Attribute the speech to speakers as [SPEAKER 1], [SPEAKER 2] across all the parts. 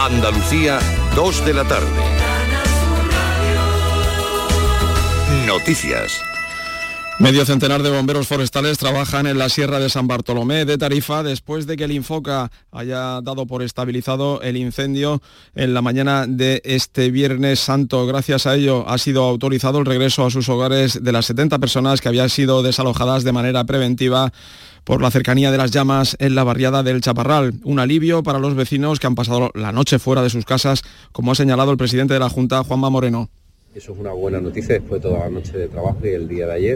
[SPEAKER 1] Andalucía, 2 de la tarde. Noticias.
[SPEAKER 2] Medio centenar de bomberos forestales trabajan en la Sierra de San Bartolomé de Tarifa después de que el Infoca haya dado por estabilizado el incendio en la mañana de este Viernes Santo. Gracias a ello ha sido autorizado el regreso a sus hogares de las 70 personas que habían sido desalojadas de manera preventiva por la cercanía de las llamas en la barriada del Chaparral. Un alivio para los vecinos que han pasado la noche fuera de sus casas, como ha señalado el presidente de la Junta, Juanma Moreno.
[SPEAKER 3] Eso es una buena noticia después de toda la noche de trabajo y el día de ayer,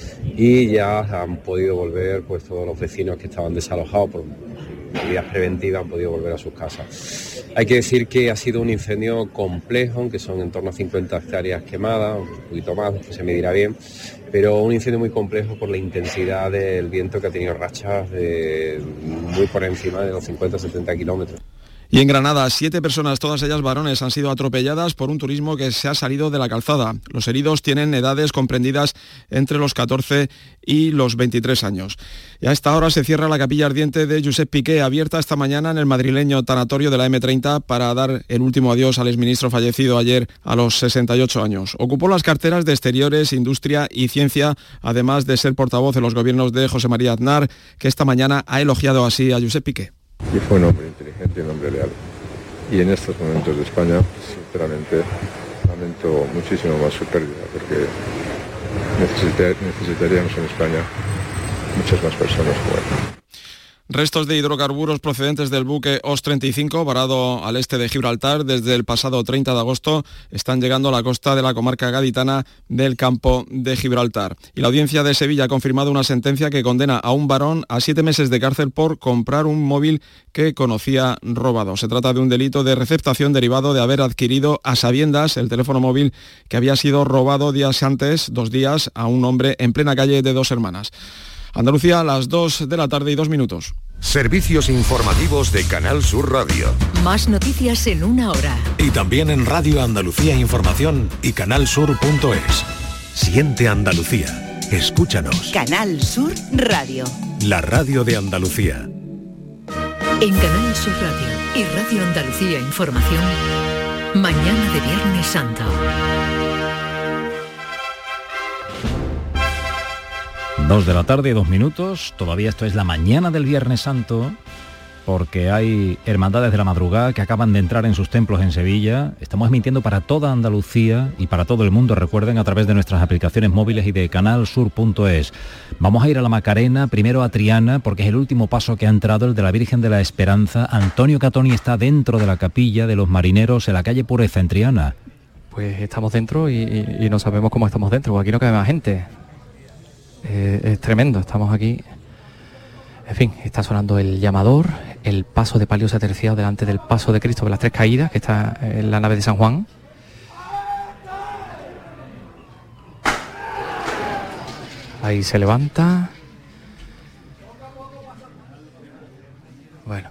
[SPEAKER 3] y ya han podido volver pues todos los vecinos que estaban desalojados por medidas preventivas, han podido volver a sus casas. Hay que decir que ha sido un incendio complejo, aunque son en torno a 50 hectáreas quemadas, un poquito más, que se medirá bien, pero un incendio muy complejo por la intensidad del viento, que ha tenido rachas de muy por encima de los 50-70 kilómetros.
[SPEAKER 2] Y en Granada, 7 personas, todas ellas varones, han sido atropelladas por un turismo que se ha salido de la calzada. Los heridos tienen edades comprendidas entre los 14 y los 23 años. Y a esta hora se cierra la capilla ardiente de Josep Piqué, abierta esta mañana en el madrileño tanatorio de la M30 para dar el último adiós al exministro fallecido ayer a los 68 años. Ocupó las carteras de Exteriores, Industria y Ciencia, además de ser portavoz de los gobiernos de José María Aznar, que esta mañana ha elogiado así a Josep Piqué.
[SPEAKER 4] Y fue un hombre inteligente y un hombre leal. Y en estos momentos de España, sinceramente, lamento muchísimo más su pérdida, porque necesitaríamos en España muchas más personas como él.
[SPEAKER 2] Restos de hidrocarburos procedentes del buque OS-35, varado al este de Gibraltar desde el pasado 30 de agosto, están llegando a la costa de la comarca gaditana del Campo de Gibraltar. Y la Audiencia de Sevilla ha confirmado una sentencia que condena a un varón a 7 meses de cárcel por comprar un móvil que conocía robado. Se trata de un delito de receptación derivado de haber adquirido a sabiendas el teléfono móvil que había sido robado días antes, 2 días, a un hombre en plena calle de Dos Hermanas. Andalucía, a las 2 de la tarde y 2 minutos.
[SPEAKER 1] Servicios informativos de Canal Sur Radio.
[SPEAKER 5] Más noticias en una hora.
[SPEAKER 6] Y también en Radio Andalucía Información y canalsur.es. Siente Andalucía. Escúchanos.
[SPEAKER 5] Canal Sur Radio.
[SPEAKER 6] La radio de Andalucía.
[SPEAKER 5] En Canal Sur Radio y Radio Andalucía Información, mañana de Viernes Santo.
[SPEAKER 7] 2 de la tarde, 2 minutos. Todavía esto es la mañana del Viernes Santo, porque hay hermandades de la madrugada que acaban de entrar en sus templos en Sevilla. Estamos emitiendo para toda Andalucía y para todo el mundo, recuerden, a través de nuestras aplicaciones móviles y de canalsur.es. Vamos a ir a la Macarena, primero a Triana, porque es el último paso que ha entrado, el de la Virgen de la Esperanza. Antonio Catoni está dentro de la capilla de los marineros en la calle Pureza, en Triana.
[SPEAKER 8] Pues estamos dentro y no sabemos cómo estamos dentro, porque aquí no cabe más gente. Es tremendo, estamos aquí. En fin, está sonando el llamador, el paso de palio se ha terciado delante del paso de Cristo de las Tres Caídas, que está en la nave de San Juan. Ahí se levanta. Bueno.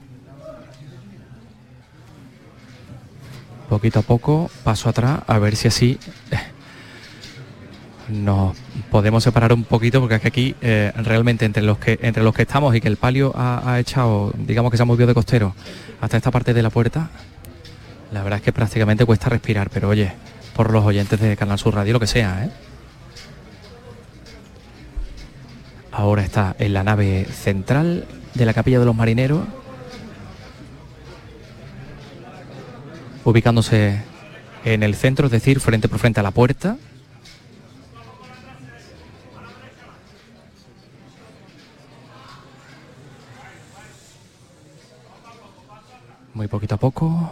[SPEAKER 8] Poquito a poco, paso atrás, a ver si así nos podemos separar un poquito, porque es que aquí realmente entre los que estamos y que el palio ha echado, digamos que se ha movido de costero hasta esta parte de la puerta, la verdad es que prácticamente cuesta respirar, pero oye, por los oyentes de Canal Sur Radio, lo que sea, Ahora está en la nave central de la Capilla de los Marineros, ubicándose en el centro, es decir, frente por frente a la puerta. Muy poquito a poco.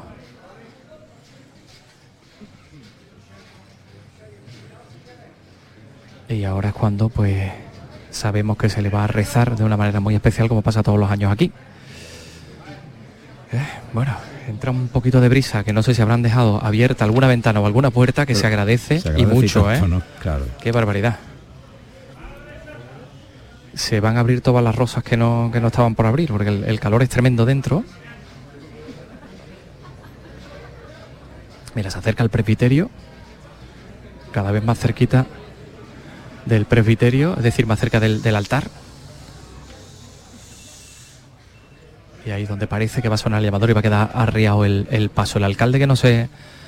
[SPEAKER 8] Y ahora es cuando pues sabemos que se le va a rezar de una manera muy especial, como pasa todos los años aquí. Bueno, entra un poquito de brisa, que no sé si habrán dejado abierta alguna ventana o alguna puerta, que se agradece y mucho,
[SPEAKER 7] ¿no? Claro.
[SPEAKER 8] Qué barbaridad. Se van a abrir todas las rosas que no estaban por abrir, porque el calor es tremendo dentro. Mira, se acerca el presbiterio, cada vez más cerquita del presbiterio, es decir, más cerca del altar. Y ahí es donde parece que va a sonar el llamador y va a quedar arriado el paso. El alcalde que no se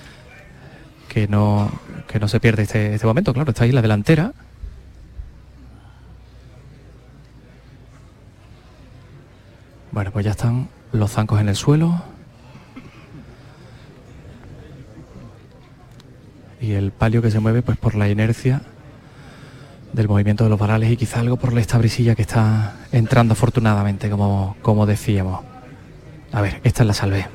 [SPEAKER 8] pierde este momento, claro, está ahí la delantera. Bueno, pues ya están los zancos en el suelo. Y el palio que se mueve pues por la inercia del movimiento de los varales y quizá algo por esta brisilla que está entrando afortunadamente, como decíamos. A ver, esta es la salve.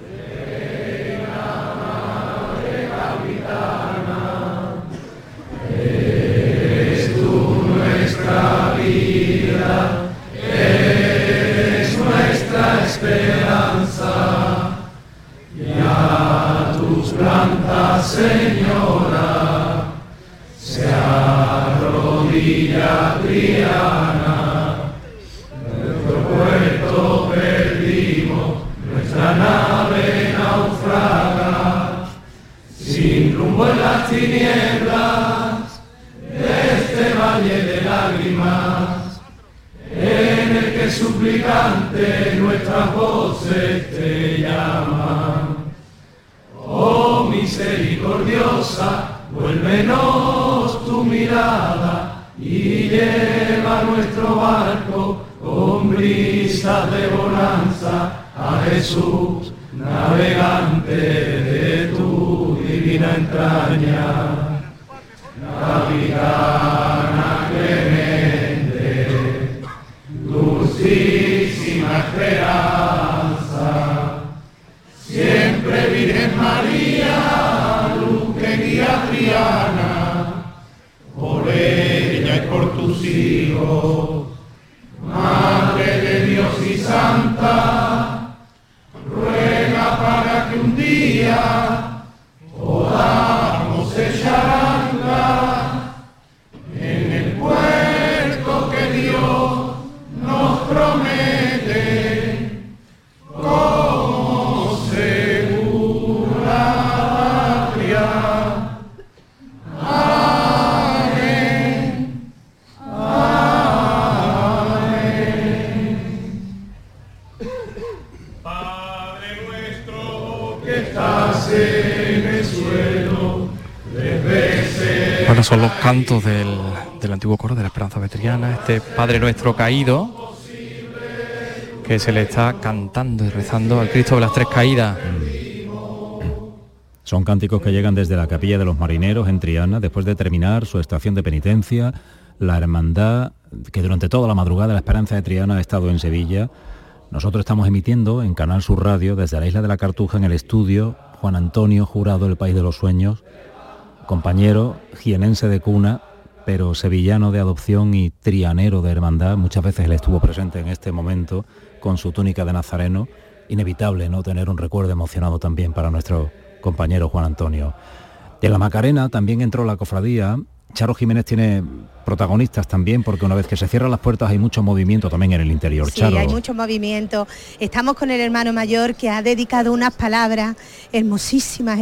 [SPEAKER 9] Eres tú nuestra vida, eres nuestra esperanza, y a tus plantas, Señora, se arrodilla Triana. Nuestro puerto perdimos, nuestra nave naufraga, sin rumbo en las tinieblas de este valle de lágrimas, en el que suplicante nuestras voces te llaman. Oh misericordiosa, vuélvenos tu mirada y lleva nuestro barco con brisas de bonanza a Jesús, navegante de tu divina entraña. Capitana clemente, dulcísima esperanza, siempre Virgen María, luz que guía Triana, por ella y por tus hijos, Madre de Dios y Santa, ruega para que un día podamos echar ancla en el puerto que Dios nos promete como segura patria. Amén. Amén. Padre nuestro que estás en el suelo,
[SPEAKER 8] bueno, son los cantos del antiguo coro de la Esperanza Vetriana, este Padre Nuestro caído, que se le está cantando y rezando al Cristo de las Tres Caídas.
[SPEAKER 7] Son cánticos que llegan desde la Capilla de los Marineros en Triana, después de terminar su estación de penitencia. La hermandad, que durante toda la madrugada la Esperanza de Triana ha estado en Sevilla. Nosotros estamos emitiendo en Canal Sur Radio, desde la isla de la Cartuja, en el estudio, Juan Antonio Jurado, El País de los Sueños, compañero jienense de cuna, pero sevillano de adopción y trianero de hermandad. Muchas veces él estuvo presente en este momento con su túnica de nazareno. Inevitable no tener un recuerdo emocionado también para nuestro compañero Juan Antonio. De la Macarena también entró la cofradía. Charo Jiménez tiene protagonistas también, porque una vez que se cierran las puertas hay mucho movimiento también en el interior.
[SPEAKER 10] Sí,
[SPEAKER 7] Charo.
[SPEAKER 10] Hay mucho movimiento. Estamos con el hermano mayor, que ha dedicado unas palabras hermosísimas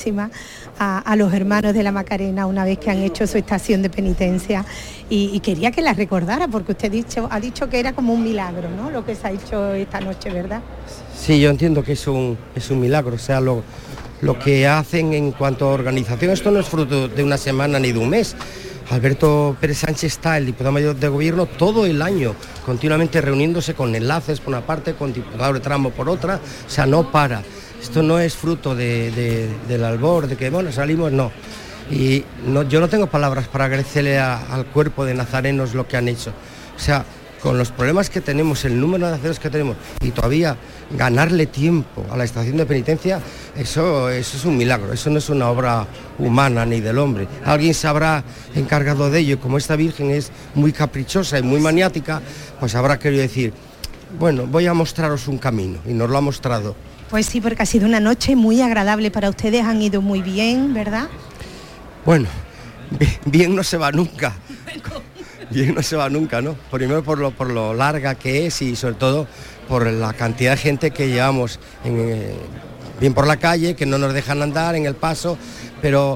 [SPEAKER 10] a los hermanos de la Macarena una vez que han hecho su estación de penitencia, y quería que la recordara, porque usted ha dicho que era como un milagro, ¿no?, lo que se ha hecho esta noche, ¿verdad?
[SPEAKER 11] Sí, yo entiendo que es un milagro, o sea, lo que hacen en cuanto a organización. Esto no es fruto de una semana ni de un mes. Alberto Pérez Sánchez está, el diputado mayor de gobierno, todo el año, continuamente reuniéndose con enlaces por una parte, con diputado de tramo por otra, o sea, no para. Esto no es fruto del albor, de que, bueno, salimos, no. Y no, yo no tengo palabras para agradecerle al cuerpo de nazarenos lo que han hecho. O sea, con los problemas que tenemos, el número de nazarenos que tenemos, y todavía ganarle tiempo a la estación de penitencia, eso es un milagro, eso no es una obra humana ni del hombre. Alguien se habrá encargado de ello, y como esta Virgen es muy caprichosa y muy maniática, pues habrá querido decir, bueno, voy a mostraros un camino, y nos lo ha mostrado.
[SPEAKER 10] Pues sí, porque ha sido una noche muy agradable para ustedes, han ido muy bien, ¿verdad?
[SPEAKER 11] Bueno, bien no se va nunca. Bien no se va nunca, ¿no? Primero por lo larga que es, y sobre todo por la cantidad de gente que llevamos bien por la calle, que no nos dejan andar en el paso, pero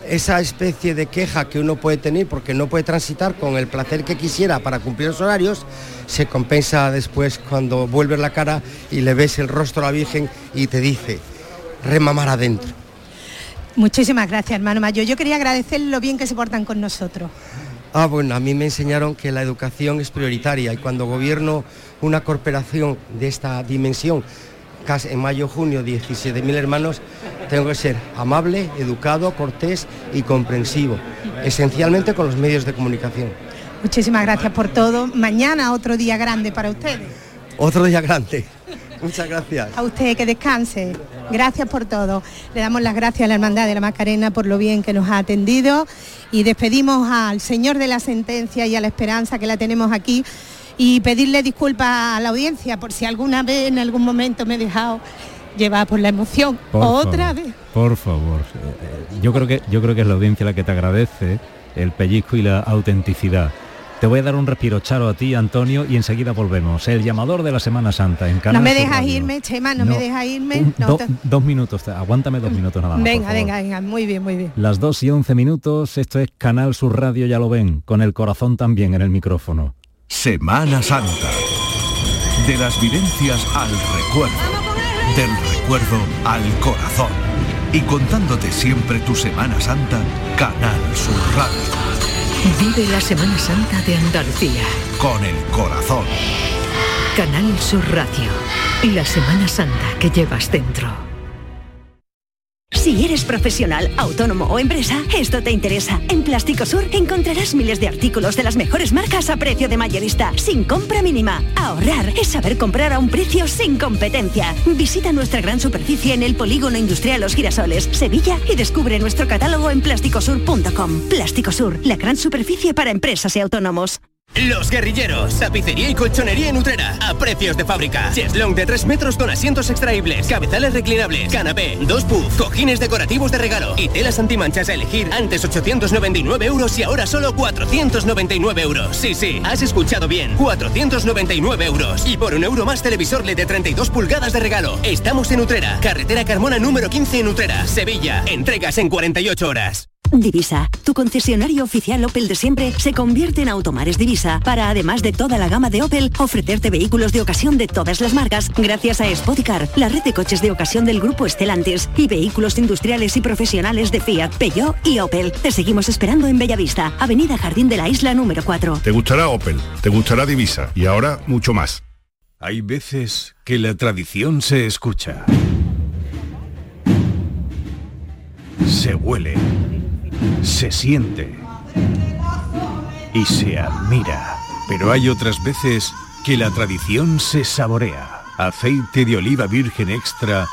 [SPEAKER 11] esa especie de queja que uno puede tener porque no puede transitar con el placer que quisiera para cumplir los horarios, se compensa después cuando vuelves la cara y le ves el rostro a la Virgen y te dice, remamar adentro.
[SPEAKER 10] Muchísimas gracias, hermano mayor. Yo quería agradecer lo bien que se portan con nosotros.
[SPEAKER 11] Bueno, a mí me enseñaron que la educación es prioritaria y cuando gobierno una corporación de esta dimensión, casi en mayo-junio, 17.000 hermanos, tengo que ser amable, educado, cortés y comprensivo, esencialmente con los medios de comunicación.
[SPEAKER 10] Muchísimas gracias por todo. Mañana otro día grande para ustedes.
[SPEAKER 11] Otro día grande. Muchas gracias.
[SPEAKER 10] A usted, que descanse. Gracias por todo. Le damos las gracias a la Hermandad de la Macarena por lo bien que nos ha atendido y despedimos al Señor de la Sentencia y a la Esperanza, que la tenemos aquí, y pedirle disculpas a la audiencia por si alguna vez, en algún momento, me he dejado llevar por la emoción. Otra vez.
[SPEAKER 7] Por favor. Yo creo que es la audiencia la que te agradece el pellizco y la autenticidad. Te voy a dar un respiro, Charo, a ti, Antonio, y enseguida volvemos. El llamador de la Semana Santa en Canal
[SPEAKER 10] No me
[SPEAKER 7] Sur
[SPEAKER 10] dejas
[SPEAKER 7] Radio.
[SPEAKER 10] irme, Chema, no me dejas irme.
[SPEAKER 7] 2 minutos, aguántame 2 minutos nada más.
[SPEAKER 10] Venga, muy bien, muy bien.
[SPEAKER 7] Las 2:11, esto es Canal Sur Radio, ya lo ven, con el corazón también en el micrófono.
[SPEAKER 1] Semana Santa. De las vivencias al recuerdo. Del recuerdo al corazón. Y contándote siempre tu Semana Santa, Canal Sur Radio.
[SPEAKER 5] Vive la Semana Santa de Andalucía.
[SPEAKER 1] Con el corazón.
[SPEAKER 5] Canal Sur Radio. La Semana Santa que llevas dentro.
[SPEAKER 12] Si eres profesional, autónomo o empresa, esto te interesa. En Plástico Sur encontrarás miles de artículos de las mejores marcas a precio de mayorista, sin compra mínima. Ahorrar es saber comprar a un precio sin competencia. Visita nuestra gran superficie en el Polígono Industrial Los Girasoles, Sevilla, y descubre nuestro catálogo en plásticosur.com. Plástico Sur, la gran superficie para empresas y autónomos.
[SPEAKER 13] Los Guerrilleros, tapicería y colchonería en Utrera, a precios de fábrica. Cheslong de 3 metros con asientos extraíbles, cabezales reclinables, canapé, 2 puff, cojines decorativos de regalo y telas antimanchas a elegir. Antes 899 euros y ahora solo 499 euros. Sí, has escuchado bien, 499 euros. Y por €1 más televisor LED de 32 pulgadas de regalo. Estamos en Utrera, carretera Carmona número 15 en Utrera, Sevilla. Entregas en 48 horas.
[SPEAKER 12] Divisa, tu concesionario oficial Opel de siempre, se convierte en Automares Divisa para, además de toda la gama de Opel, ofrecerte vehículos de ocasión de todas las marcas gracias a Spoticar, la red de coches de ocasión del grupo Stellantis, y vehículos industriales y profesionales de Fiat, Peugeot y Opel. Te seguimos esperando en Bellavista, Avenida Jardín de la Isla número 4.
[SPEAKER 14] Te gustará Opel, te gustará Divisa y ahora mucho más.
[SPEAKER 1] Hay veces que la tradición se escucha. Se huele. Se siente y se admira, pero hay otras veces que la tradición se saborea. Aceite de oliva virgen extra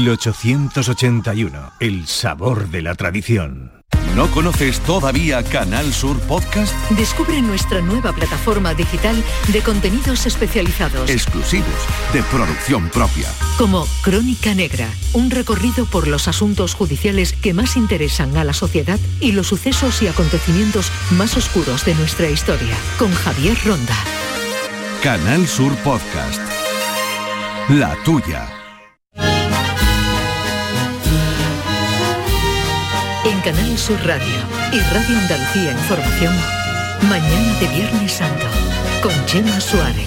[SPEAKER 1] 1881, el sabor de la tradición. ¿No conoces todavía Canal Sur Podcast?
[SPEAKER 5] Descubre nuestra nueva plataforma digital de contenidos especializados.
[SPEAKER 1] Exclusivos, de producción propia.
[SPEAKER 5] Como Crónica Negra, un recorrido por los asuntos judiciales que más interesan a la sociedad y los sucesos y acontecimientos más oscuros de nuestra historia. Con Javier Ronda.
[SPEAKER 1] Canal Sur Podcast. La tuya.
[SPEAKER 5] En Canal Sur Radio y Radio Andalucía Información, mañana de Viernes Santo, con Chema Suárez.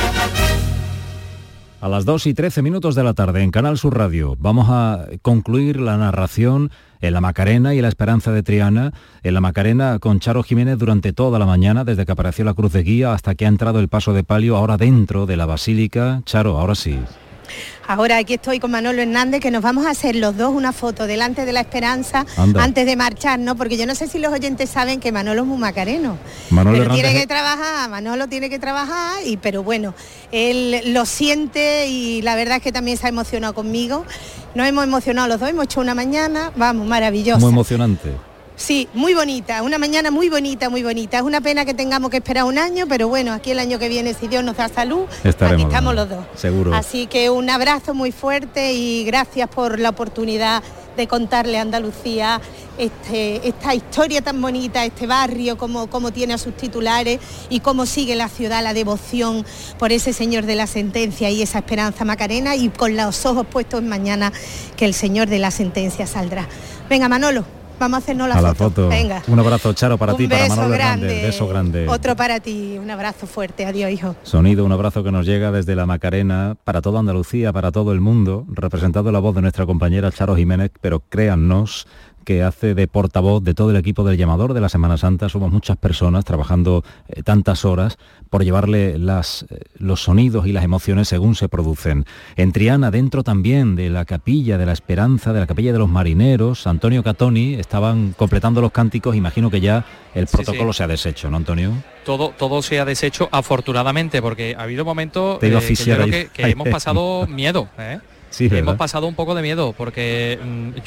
[SPEAKER 7] A las 2:13 de la tarde en Canal Sur Radio vamos a concluir la narración en la Macarena y la Esperanza de Triana. En la Macarena con Charo Jiménez durante toda la mañana, desde que apareció la cruz de guía hasta que ha entrado el paso de palio, ahora dentro de la Basílica. Charo, ahora sí.
[SPEAKER 10] Ahora aquí estoy con Manolo Hernández, que nos vamos a hacer los dos una foto delante de la Esperanza.
[SPEAKER 7] Anda.
[SPEAKER 10] Antes de marchar, ¿no? Porque yo no sé si los oyentes saben que Manolo es muy macareno.
[SPEAKER 7] Manolo
[SPEAKER 10] pero tiene
[SPEAKER 7] Hernández...
[SPEAKER 10] que trabajar, Manolo tiene que trabajar, pero bueno, él lo siente y la verdad es que también se ha emocionado conmigo. Nos hemos emocionado los dos, hemos hecho una mañana, vamos, maravillosa.
[SPEAKER 7] Muy emocionante.
[SPEAKER 10] Sí, muy bonita, una mañana muy bonita, muy bonita. Es una pena que tengamos que esperar un año, pero bueno, aquí el año que viene, si Dios nos da salud,
[SPEAKER 7] estaremos,
[SPEAKER 10] aquí estamos los dos.
[SPEAKER 7] Seguro.
[SPEAKER 10] Así que un abrazo muy fuerte y gracias por la oportunidad de contarle a Andalucía esta historia tan bonita, este barrio, cómo tiene a sus titulares y cómo sigue la ciudad la devoción por ese Señor de la Sentencia y esa Esperanza Macarena, y con los ojos puestos en mañana que el Señor de la Sentencia saldrá. Venga, Manolo. Vamos a hacernos
[SPEAKER 7] a
[SPEAKER 10] la foto. Venga.
[SPEAKER 7] Un abrazo, Charo, para ti, para Manolo
[SPEAKER 10] grande.
[SPEAKER 7] Hernández. Beso grande.
[SPEAKER 10] Otro para ti, un abrazo fuerte. Adiós, hijo.
[SPEAKER 7] Sonido, un abrazo que nos llega desde la Macarena para toda Andalucía, para todo el mundo, representando la voz de nuestra compañera Charo Jiménez, pero créannos que hace de portavoz de todo el equipo del llamador de la Semana Santa. Somos muchas personas trabajando tantas horas por llevarle los sonidos y las emociones según se producen. En Triana, dentro también de la Capilla de la Esperanza, de la Capilla de los Marineros, Antonio Catoni, estaban completando los cánticos. Imagino que ya el protocolo se ha deshecho, ¿no, Antonio?
[SPEAKER 8] Todo se ha deshecho, afortunadamente, porque ha habido momentos
[SPEAKER 7] que yo creo
[SPEAKER 8] que hemos pasado miedo, ¿eh?
[SPEAKER 7] Sí,
[SPEAKER 8] hemos pasado un poco de miedo, porque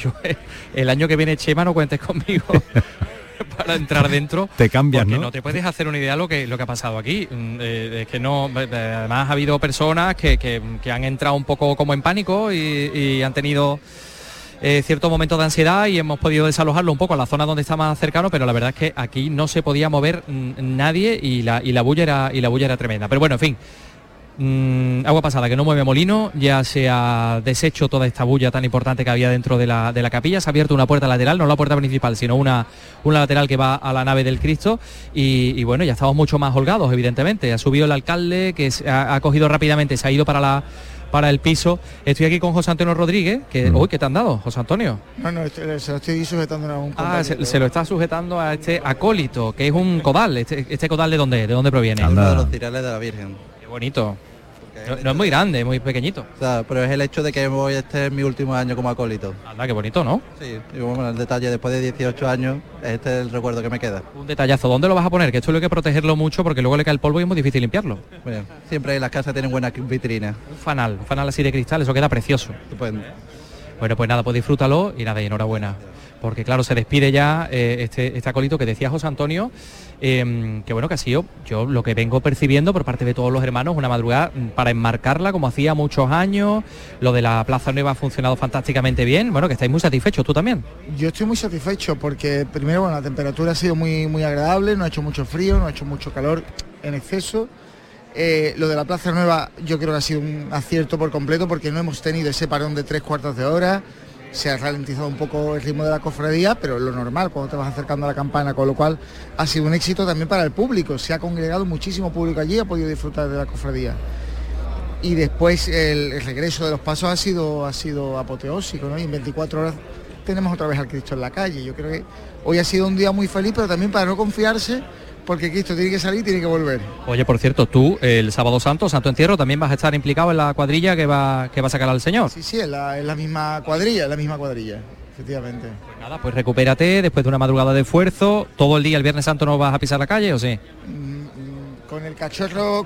[SPEAKER 8] el año que viene, Chema, no cuentes conmigo para entrar dentro.
[SPEAKER 7] Te cambias,
[SPEAKER 8] porque
[SPEAKER 7] ¿no?
[SPEAKER 8] No te puedes hacer una idea lo que ha pasado aquí. Es que no, además ha habido personas que han entrado un poco como en pánico y han tenido cierto momento de ansiedad y hemos podido desalojarlo un poco a la zona donde está más cercano, pero la verdad es que aquí no se podía mover nadie y la bulla era tremenda. Pero bueno, en fin. Agua pasada, que no mueve molino, ya se ha deshecho toda esta bulla tan importante que había dentro de la capilla, se ha abierto una puerta lateral, no la puerta principal, sino una lateral que va a la nave del Cristo y bueno, ya estamos mucho más holgados, evidentemente. Ha subido el alcalde, que ha cogido rápidamente, se ha ido para el piso. Estoy aquí con José Antonio Rodríguez, que uy, ¿qué te han dado, José Antonio?
[SPEAKER 15] No, se lo estoy sujetando a un compañero.
[SPEAKER 8] Se lo está sujetando a este acólito, que es un codal. Este codal, ¿de dónde proviene?
[SPEAKER 16] Uno de los tirales de la Virgen.
[SPEAKER 8] Qué bonito. No es muy grande, es muy pequeñito.
[SPEAKER 16] O sea, pero es el hecho de que voy en mi último año como acólito.
[SPEAKER 8] Anda, qué bonito, ¿no?
[SPEAKER 16] Sí, y bueno, el detalle, después de 18 años, este es el recuerdo que me queda.
[SPEAKER 8] Un detallazo, ¿dónde lo vas a poner? Que esto hay que protegerlo mucho porque luego le cae el polvo y es muy difícil limpiarlo.
[SPEAKER 16] Bueno, siempre las casas tienen buenas vitrinas.
[SPEAKER 8] Un fanal así de cristal, eso queda precioso.
[SPEAKER 16] Estupendo.
[SPEAKER 8] Bueno, pues nada, pues disfrútalo y nada, y enhorabuena. Porque claro, se despide ya este acólito que decía José Antonio, que bueno, que ha sido, yo lo que vengo percibiendo por parte de todos los hermanos, una madrugada para enmarcarla como hacía muchos años. Lo de la Plaza Nueva ha funcionado fantásticamente bien. Bueno, que estáis muy satisfechos, ¿tú también?
[SPEAKER 15] Yo estoy muy satisfecho porque primero, bueno, la temperatura ha sido muy, muy agradable, no ha hecho mucho frío, no ha hecho mucho calor en exceso. Lo de la Plaza Nueva yo creo que ha sido un acierto por completo porque no hemos tenido ese parón de 3/4 de hora. Se ha ralentizado un poco el ritmo de la cofradía, pero lo normal cuando te vas acercando a la campana, con lo cual ha sido un éxito también para el público. Se ha congregado muchísimo público allí, ha podido disfrutar de la cofradía. Y después el regreso de los pasos ha sido apoteósico, ¿no? Y en 24 horas tenemos otra vez al Cristo en la calle. Yo creo que hoy ha sido un día muy feliz, pero también para no confiarse, porque Cristo tiene que salir y tiene que volver.
[SPEAKER 8] Oye, por cierto, tú el sábado santo Entierro, también vas a estar implicado en la cuadrilla que va a sacar al Señor.
[SPEAKER 15] Sí, en la misma cuadrilla, efectivamente.
[SPEAKER 8] Pues nada, pues recupérate después de una madrugada de esfuerzo. ¿Todo el día el Viernes Santo no vas a pisar la calle o sí?
[SPEAKER 15] Con el cachorro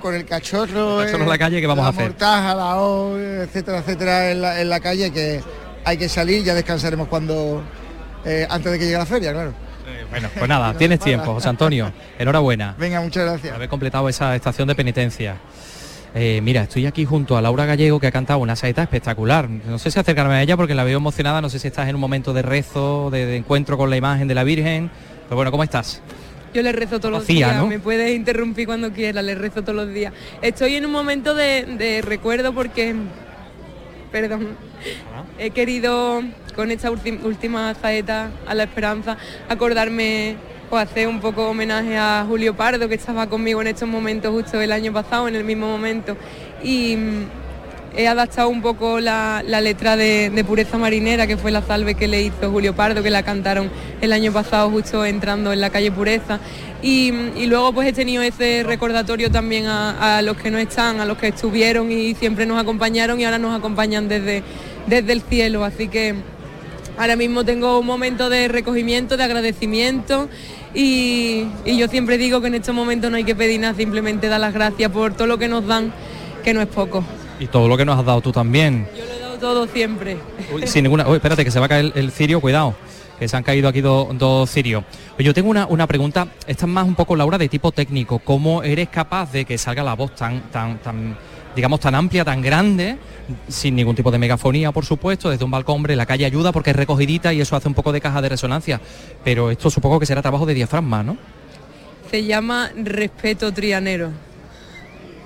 [SPEAKER 8] en la calle, ¿qué vamos a hacer?
[SPEAKER 15] La mortaja, la O, etcétera, en la calle, que hay que salir, ya descansaremos antes de que llegue la feria, claro.
[SPEAKER 8] Bueno, pues nada, tienes tiempo, José Antonio. Enhorabuena.
[SPEAKER 15] Venga, muchas gracias.
[SPEAKER 8] Por haber completado esa estación de penitencia. Mira, estoy aquí junto a Laura Gallego, que ha cantado una saeta espectacular. No sé si acercarme a ella porque la veo emocionada, no sé si estás en un momento de rezo, de encuentro con la imagen de la Virgen. Pero bueno, ¿cómo estás?
[SPEAKER 17] Yo le rezo todos los días, ¿no? Me puedes interrumpir cuando quieras, le rezo todos los días. Estoy en un momento de recuerdo porque, he querido con esta última saeta a la Esperanza acordarme o hacer un poco homenaje a Julio Pardo, que estaba conmigo en estos momentos justo el año pasado, en el mismo momento. Y he adaptado un poco la letra de Pureza Marinera, que fue la salve que le hizo Julio Pardo, que la cantaron el año pasado justo entrando en la calle Pureza. Y luego pues he tenido ese recordatorio también a los que no están, a los que estuvieron y siempre nos acompañaron y ahora nos acompañan desde el cielo. Así que ahora mismo tengo un momento de recogimiento, de agradecimiento y yo siempre digo que en estos momentos no hay que pedir nada, simplemente dar las gracias por todo lo que nos dan, que no es poco.
[SPEAKER 8] Y todo lo que nos has dado tú también.
[SPEAKER 17] Yo lo he dado todo siempre.
[SPEAKER 8] Sin ninguna... Uy, espérate, que se va a caer el cirio, cuidado, que se han caído aquí dos cirios. Yo tengo una pregunta, esta es más un poco, Laura, de tipo técnico. ¿Cómo eres capaz de que salga la voz tan digamos, tan amplia, tan grande, sin ningún tipo de megafonía, por supuesto, desde un balcón? Hombre, la calle ayuda porque es recogidita y eso hace un poco de caja de resonancia, pero esto supongo que será trabajo de diafragma, ¿no?
[SPEAKER 17] Se llama respeto trianero.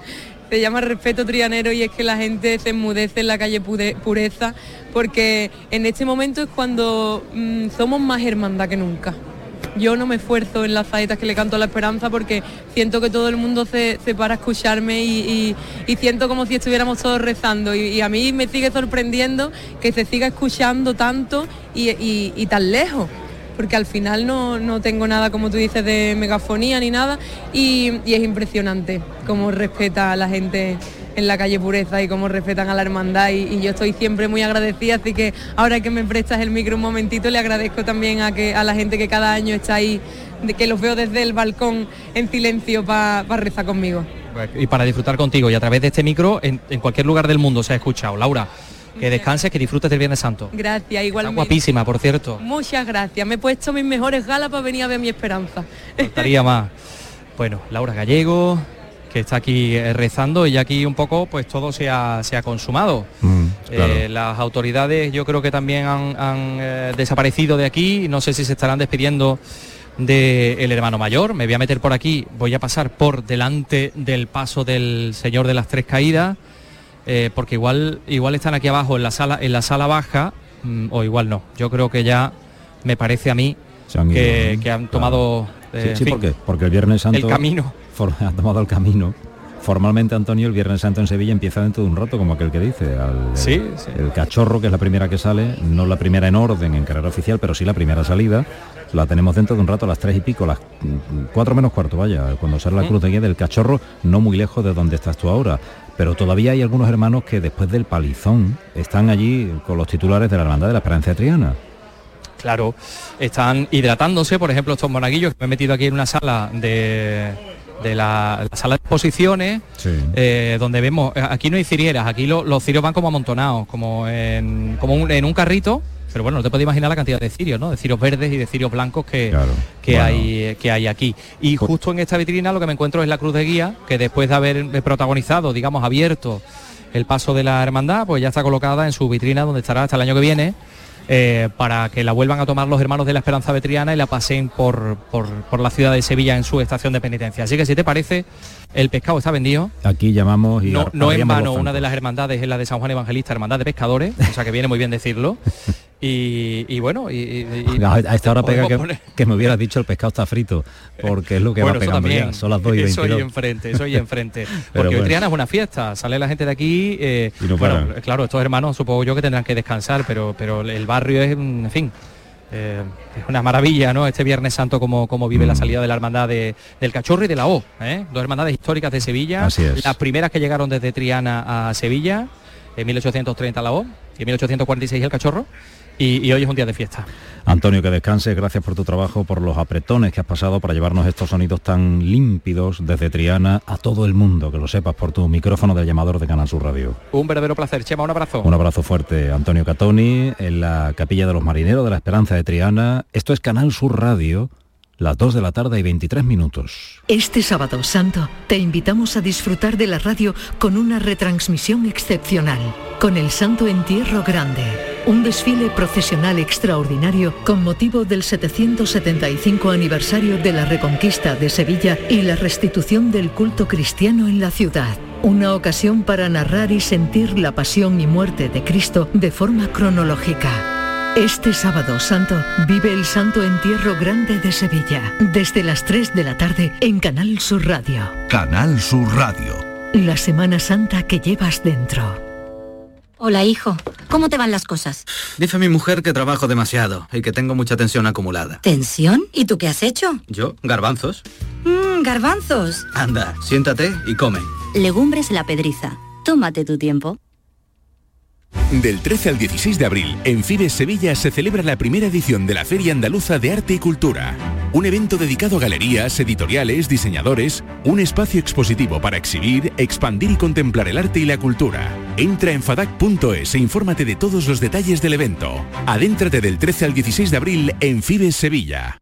[SPEAKER 17] se llama respeto trianero, y es que la gente se enmudece en la calle Pureza, porque en este momento es cuando somos más hermandad que nunca. Yo no me esfuerzo en las saetas que le canto a la esperanza porque siento que todo el mundo se para a escucharme y siento como si estuviéramos todos rezando, y a mí me sigue sorprendiendo que se siga escuchando tanto y tan lejos, porque al final no tengo nada, como tú dices, de megafonía ni nada, y es impresionante cómo respeta a la gente en la calle Pureza y cómo respetan a la hermandad, y yo estoy siempre muy agradecida, así que ahora que me prestas el micro un momentito, le agradezco también a la gente que cada año está ahí, que los veo desde el balcón en silencio para rezar conmigo.
[SPEAKER 8] Y para disfrutar contigo, y a través de este micro en cualquier lugar del mundo se ha escuchado. Laura, que descanses, que disfrutes del Viernes Santo.
[SPEAKER 17] Gracias, igualmente.
[SPEAKER 8] Está guapísima, por cierto.
[SPEAKER 17] Muchas gracias, me he puesto mis mejores galas para venir a ver mi esperanza.
[SPEAKER 8] Faltaría más. Bueno, Laura Gallego, que está aquí rezando, y aquí un poco pues todo se ha consumado. Claro. Las autoridades yo creo que también han desaparecido de aquí, no sé si se estarán despidiendo del hermano mayor. Me voy a meter por aquí, voy a pasar por delante del paso del Señor de las Tres Caídas, porque igual están aquí abajo en la sala baja, o igual no. Yo creo que ya me parece a mí que han tomado
[SPEAKER 7] sí, porque el Viernes Santo
[SPEAKER 8] el camino.
[SPEAKER 7] Ha tomado el camino. Formalmente, Antonio, el Viernes Santo en Sevilla empieza dentro de un rato, como aquel que dice. El Cachorro, que es la primera que sale, no la primera en orden en carrera oficial, pero sí la primera salida. La tenemos dentro de un rato, a las 3 y pico, las 4 menos cuarto, vaya, cuando sale la cruz de guía del Cachorro, no muy lejos de donde estás tú ahora. Pero todavía hay algunos hermanos que después del palizón están allí con los titulares de la Hermandad de la Esperanza de Triana.
[SPEAKER 8] Claro, están hidratándose, por ejemplo, estos monaguillos, que me he metido aquí en una sala de la sala de exposiciones, sí. Donde vemos, aquí no hay cirieras, aquí los cirios van como amontonados, como en un carrito, pero bueno, no te puedes imaginar la cantidad de cirios, ¿no? De cirios verdes y de cirios blancos que hay aquí. Y justo en esta vitrina lo que me encuentro es la cruz de guía, que después de haber protagonizado, digamos, abierto el paso de la hermandad, pues ya está colocada en su vitrina, donde estará hasta el año que viene, para que la vuelvan a tomar los hermanos de la Esperanza de Triana y la pasen por la ciudad de Sevilla en su estación de penitencia. Así que si te parece, el pescado está vendido.
[SPEAKER 7] Aquí llamamos y
[SPEAKER 8] no en vano, una de las hermandades es la de San Juan Evangelista, Hermandad de Pescadores, o sea que viene muy bien decirlo. Y bueno,
[SPEAKER 7] a esta hora pega que me hubieras dicho el pescado está frito, porque es lo que va pegando ya. Son las 2:22.
[SPEAKER 8] Eso y enfrente. Porque hoy Triana es una fiesta, sale la gente de aquí,
[SPEAKER 7] y no paran.
[SPEAKER 8] Bueno, claro, estos hermanos supongo yo que tendrán que descansar, pero el barrio es, en fin, es una maravilla, ¿no? Este Viernes Santo como vive la salida de la hermandad del Cachorro y de la O, dos hermandades históricas de Sevilla.
[SPEAKER 7] Así es.
[SPEAKER 8] Las primeras que llegaron desde Triana a Sevilla, en 1830 la O y en 1846 el Cachorro. Y hoy es un día de fiesta.
[SPEAKER 7] Antonio, que descanses, gracias por tu trabajo, por los apretones que has pasado para llevarnos estos sonidos tan límpidos desde Triana a todo el mundo, que lo sepas, por tu micrófono del llamador de Canal Sur Radio.
[SPEAKER 8] Un verdadero placer, Chema, un abrazo.
[SPEAKER 7] Un abrazo fuerte, Antonio Catoni, en la Capilla de los Marineros de la Esperanza de Triana. Esto es Canal Sur Radio, las 2 de la tarde y 23 minutos.
[SPEAKER 5] Este sábado santo te invitamos a disfrutar de la radio con una retransmisión excepcional, con el Santo Entierro Grande, un desfile procesional extraordinario con motivo del 775 aniversario de la Reconquista de Sevilla y la restitución del culto cristiano en la ciudad. Una ocasión para narrar y sentir la pasión y muerte de Cristo de forma cronológica. Este sábado santo vive el Santo Entierro Grande de Sevilla, desde las 3 de la tarde en Canal Sur Radio.
[SPEAKER 6] Canal Sur Radio.
[SPEAKER 5] La Semana Santa que llevas dentro.
[SPEAKER 18] Hola, hijo. ¿Cómo te van las cosas?
[SPEAKER 19] Dice mi mujer que trabajo demasiado y que tengo mucha tensión acumulada.
[SPEAKER 18] ¿Tensión? ¿Y tú qué has hecho?
[SPEAKER 19] ¿Yo? Garbanzos.
[SPEAKER 18] Garbanzos.
[SPEAKER 19] Anda, siéntate y come.
[SPEAKER 18] Legumbres La Pedriza. Tómate tu tiempo.
[SPEAKER 6] Del 13 al 16 de abril, en Fibes Sevilla se celebra la primera edición de la Feria Andaluza de Arte y Cultura. Un evento dedicado a galerías, editoriales, diseñadores, un espacio expositivo para exhibir, expandir y contemplar el arte y la cultura. Entra en fadac.es e infórmate de todos los detalles del evento. Adéntrate del 13 al 16 de abril en Fibes Sevilla.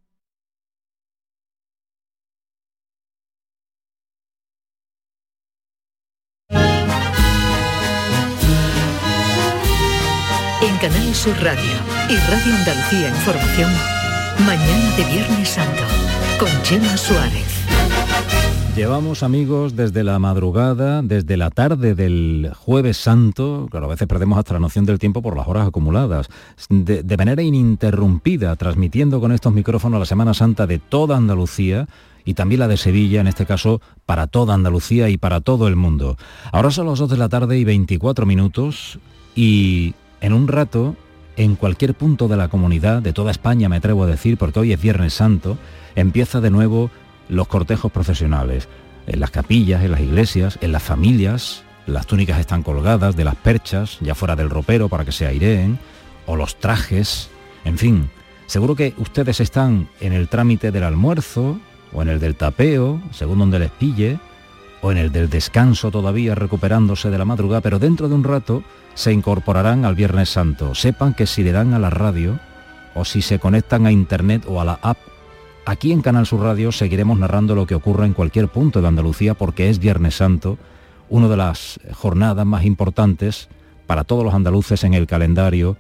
[SPEAKER 5] En Canal Sur Radio y Radio Andalucía Información, mañana de Viernes Santo, con Chema Suárez.
[SPEAKER 7] Llevamos, amigos, desde la madrugada, desde la tarde del Jueves Santo, claro, a veces perdemos hasta la noción del tiempo por las horas acumuladas, de manera ininterrumpida, transmitiendo con estos micrófonos la Semana Santa de toda Andalucía y también la de Sevilla, en este caso, para toda Andalucía y para todo el mundo. Ahora son las 2 de la tarde y 24 minutos y en un rato, en cualquier punto de la comunidad, de toda España me atrevo a decir, porque hoy es Viernes Santo, empieza de nuevo los cortejos procesionales, en las capillas, en las iglesias, en las familias, las túnicas están colgadas de las perchas, ya fuera del ropero para que se aireen, o los trajes, en fin, seguro que ustedes están en el trámite del almuerzo, o en el del tapeo, según donde les pille, o en el del descanso todavía recuperándose de la madrugada, pero dentro de un rato se incorporarán al Viernes Santo. Sepan que si le dan a la radio, o si se conectan a internet o a la app, aquí en Canal Sur Radio seguiremos narrando lo que ocurra en cualquier punto de Andalucía porque es Viernes Santo, una de las jornadas más importantes para todos los andaluces en el calendario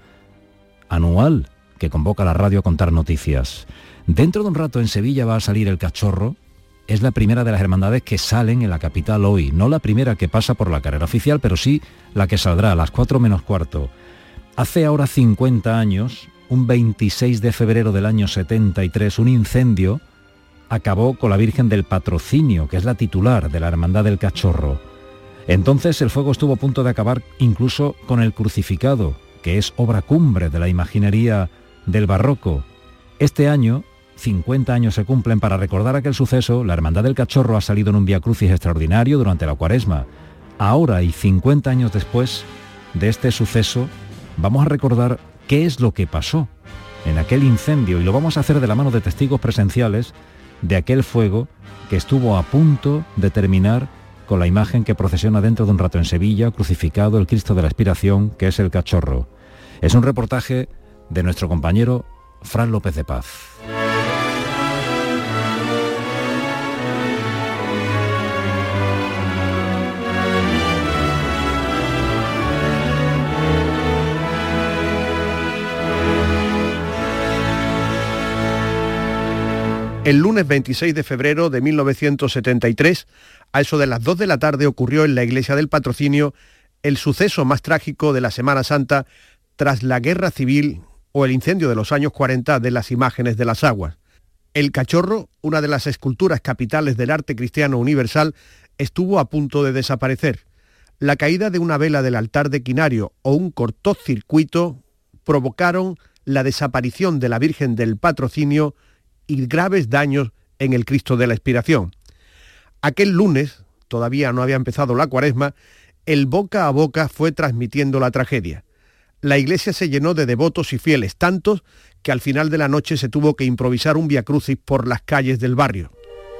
[SPEAKER 7] anual que convoca la radio a contar noticias. Dentro de un rato en Sevilla va a salir el Cachorro, es la primera de las hermandades que salen en la capital hoy, no la primera que pasa por la carrera oficial, pero sí la que saldrá a las 4 menos cuarto. Hace ahora 50 años... un 26 de febrero del año 73, un incendio acabó con la Virgen del Patrocinio, que es la titular de la Hermandad del Cachorro. Entonces el fuego estuvo a punto de acabar incluso con el crucificado, que es obra cumbre de la imaginería del barroco. Este año, 50 años se cumplen para recordar aquel suceso. La Hermandad del Cachorro ha salido en un Vía Crucis extraordinario durante la Cuaresma. Ahora, y 50 años después de este suceso, vamos a recordar qué es lo que pasó en aquel incendio y lo vamos a hacer de la mano de testigos presenciales de aquel fuego que estuvo a punto de terminar con la imagen que procesiona dentro de un rato en Sevilla, crucificado, el Cristo de la Expiración, que es el Cachorro. Es un reportaje de nuestro compañero Fran López de Paz.
[SPEAKER 20] El lunes 26 de febrero de 1973, a eso de las 2 de la tarde, ocurrió en la iglesia del Patrocinio el suceso más trágico de la Semana Santa tras la guerra civil o el incendio de los años 40 de las imágenes de las aguas. El Cachorro, una de las esculturas capitales del arte cristiano universal, estuvo a punto de desaparecer. La caída de una vela del altar de Quinario o un cortocircuito provocaron la desaparición de la Virgen del Patrocinio y graves daños en el Cristo de la Expiración. Aquel lunes, todavía no había empezado la Cuaresma, el boca a boca fue transmitiendo la tragedia. La iglesia se llenó de devotos y fieles, tantos que al final de la noche se tuvo que improvisar un viacrucis por las calles del barrio.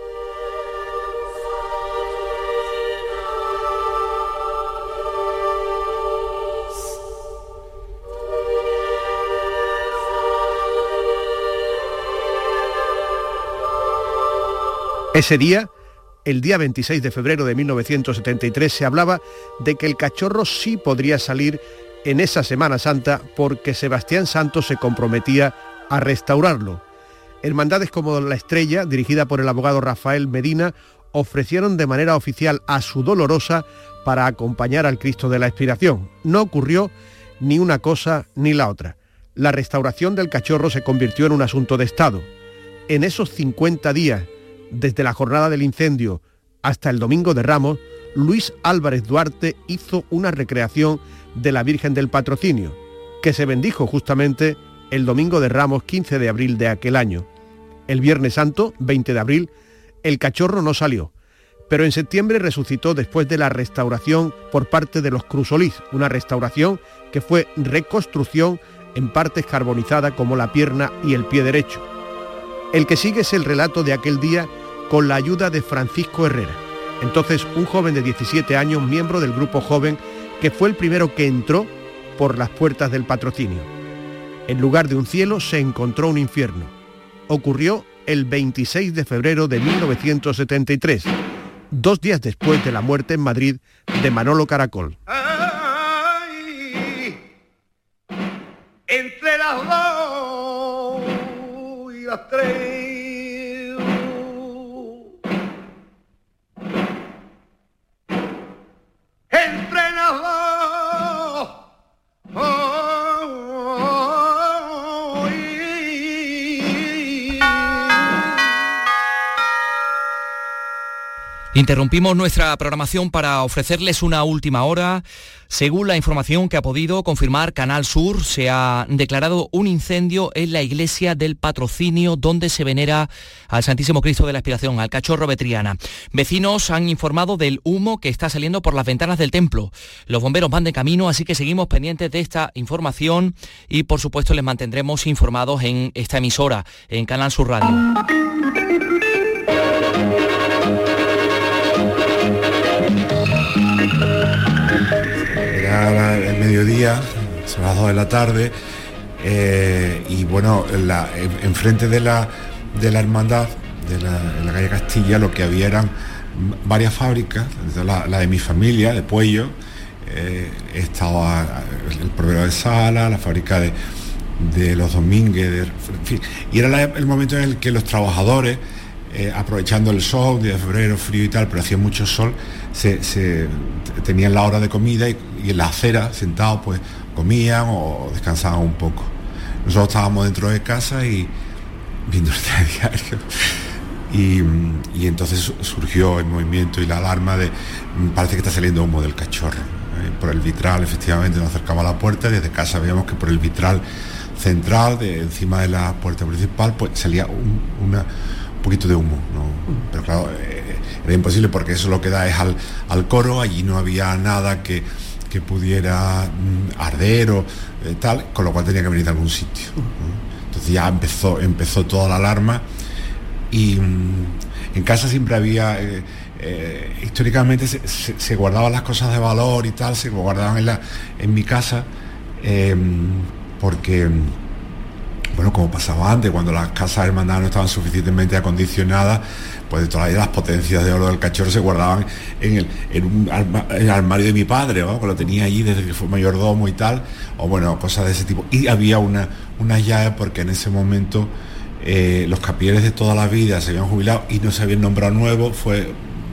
[SPEAKER 20] Ese día, el día 26 de febrero de 1973, se hablaba de que el Cachorro sí podría salir en esa Semana Santa porque Sebastián Santos se comprometía a restaurarlo. Hermandades como La Estrella, dirigida por el abogado Rafael Medina, ofrecieron de manera oficial a su Dolorosa para acompañar al Cristo de la Expiración. No ocurrió ni una cosa ni la otra. La restauración del Cachorro se convirtió en un asunto de Estado. En esos 50 días, desde la jornada del incendio hasta el Domingo de Ramos, Luis Álvarez Duarte hizo una recreación de la Virgen del Patrocinio, que se bendijo justamente el Domingo de Ramos 15 de abril de aquel año. El Viernes Santo, 20 de abril, el Cachorro no salió, pero en septiembre resucitó después de la restauración por parte de los Cruz Solís, una restauración que fue reconstrucción en partes carbonizadas como la pierna y el pie derecho. El que sigue es el relato de aquel día con la ayuda de Francisco Herrera, entonces un joven de 17 años, miembro del grupo joven, que fue el primero que entró por las puertas del Patrocinio. En lugar de un cielo se encontró un infierno. Ocurrió el 26 de febrero de 1973, 2 días después de la muerte en Madrid de Manolo Caracol.
[SPEAKER 9] Ay, entre las 2 y las 3
[SPEAKER 21] Interrumpimos nuestra programación para ofrecerles una última hora. Según la información que ha podido confirmar Canal Sur, se ha declarado un incendio en la iglesia del Patrocinio, donde se venera al Santísimo Cristo de la Expiración, al Cachorro de Triana. Vecinos han informado del humo que está saliendo por las ventanas del templo. Los bomberos van de camino, así que seguimos pendientes de esta información y, por supuesto, les mantendremos informados en esta emisora, en Canal Sur Radio.
[SPEAKER 22] Era el mediodía, son las 2 de la tarde, y bueno, enfrente de la hermandad, en la calle Castilla, lo que había eran varias fábricas, la de mi familia, de Puello, estaba el proveedor de Sala, la fábrica de los Domínguez, en fin, y era el momento en el que los trabajadores, aprovechando el sol, de febrero, frío y tal, pero hacía mucho sol, se tenían la hora de comida y en la acera, sentados, pues comían o descansaban un poco. Nosotros estábamos dentro de casa y viendo el telediario y entonces surgió el movimiento y la alarma de parece que está saliendo humo del cachorro. Por el vitral, efectivamente, nos acercamos a la puerta y desde casa veíamos que por el vitral central, encima de la puerta principal, pues salía un poquito de humo, ¿no? Pero claro, era imposible porque eso lo que da es al coro, allí no había nada que pudiera arder o tal, con lo cual tenía que venir de algún sitio, ¿no? Entonces ya empezó toda la alarma y en casa siempre había, históricamente se guardaban las cosas de valor y tal, se guardaban en mi casa, porque... Bueno, como pasaba antes, cuando las casas hermandades no estaban suficientemente acondicionadas, pues de todas las potencias de oro del cachorro se guardaban en el armario de mi padre, ¿no? Que lo tenía allí desde que fue mayordomo y tal, o bueno, cosas de ese tipo. Y había una llave porque en ese momento los capilleres de toda la vida se habían jubilado y no se habían nombrado nuevos, fue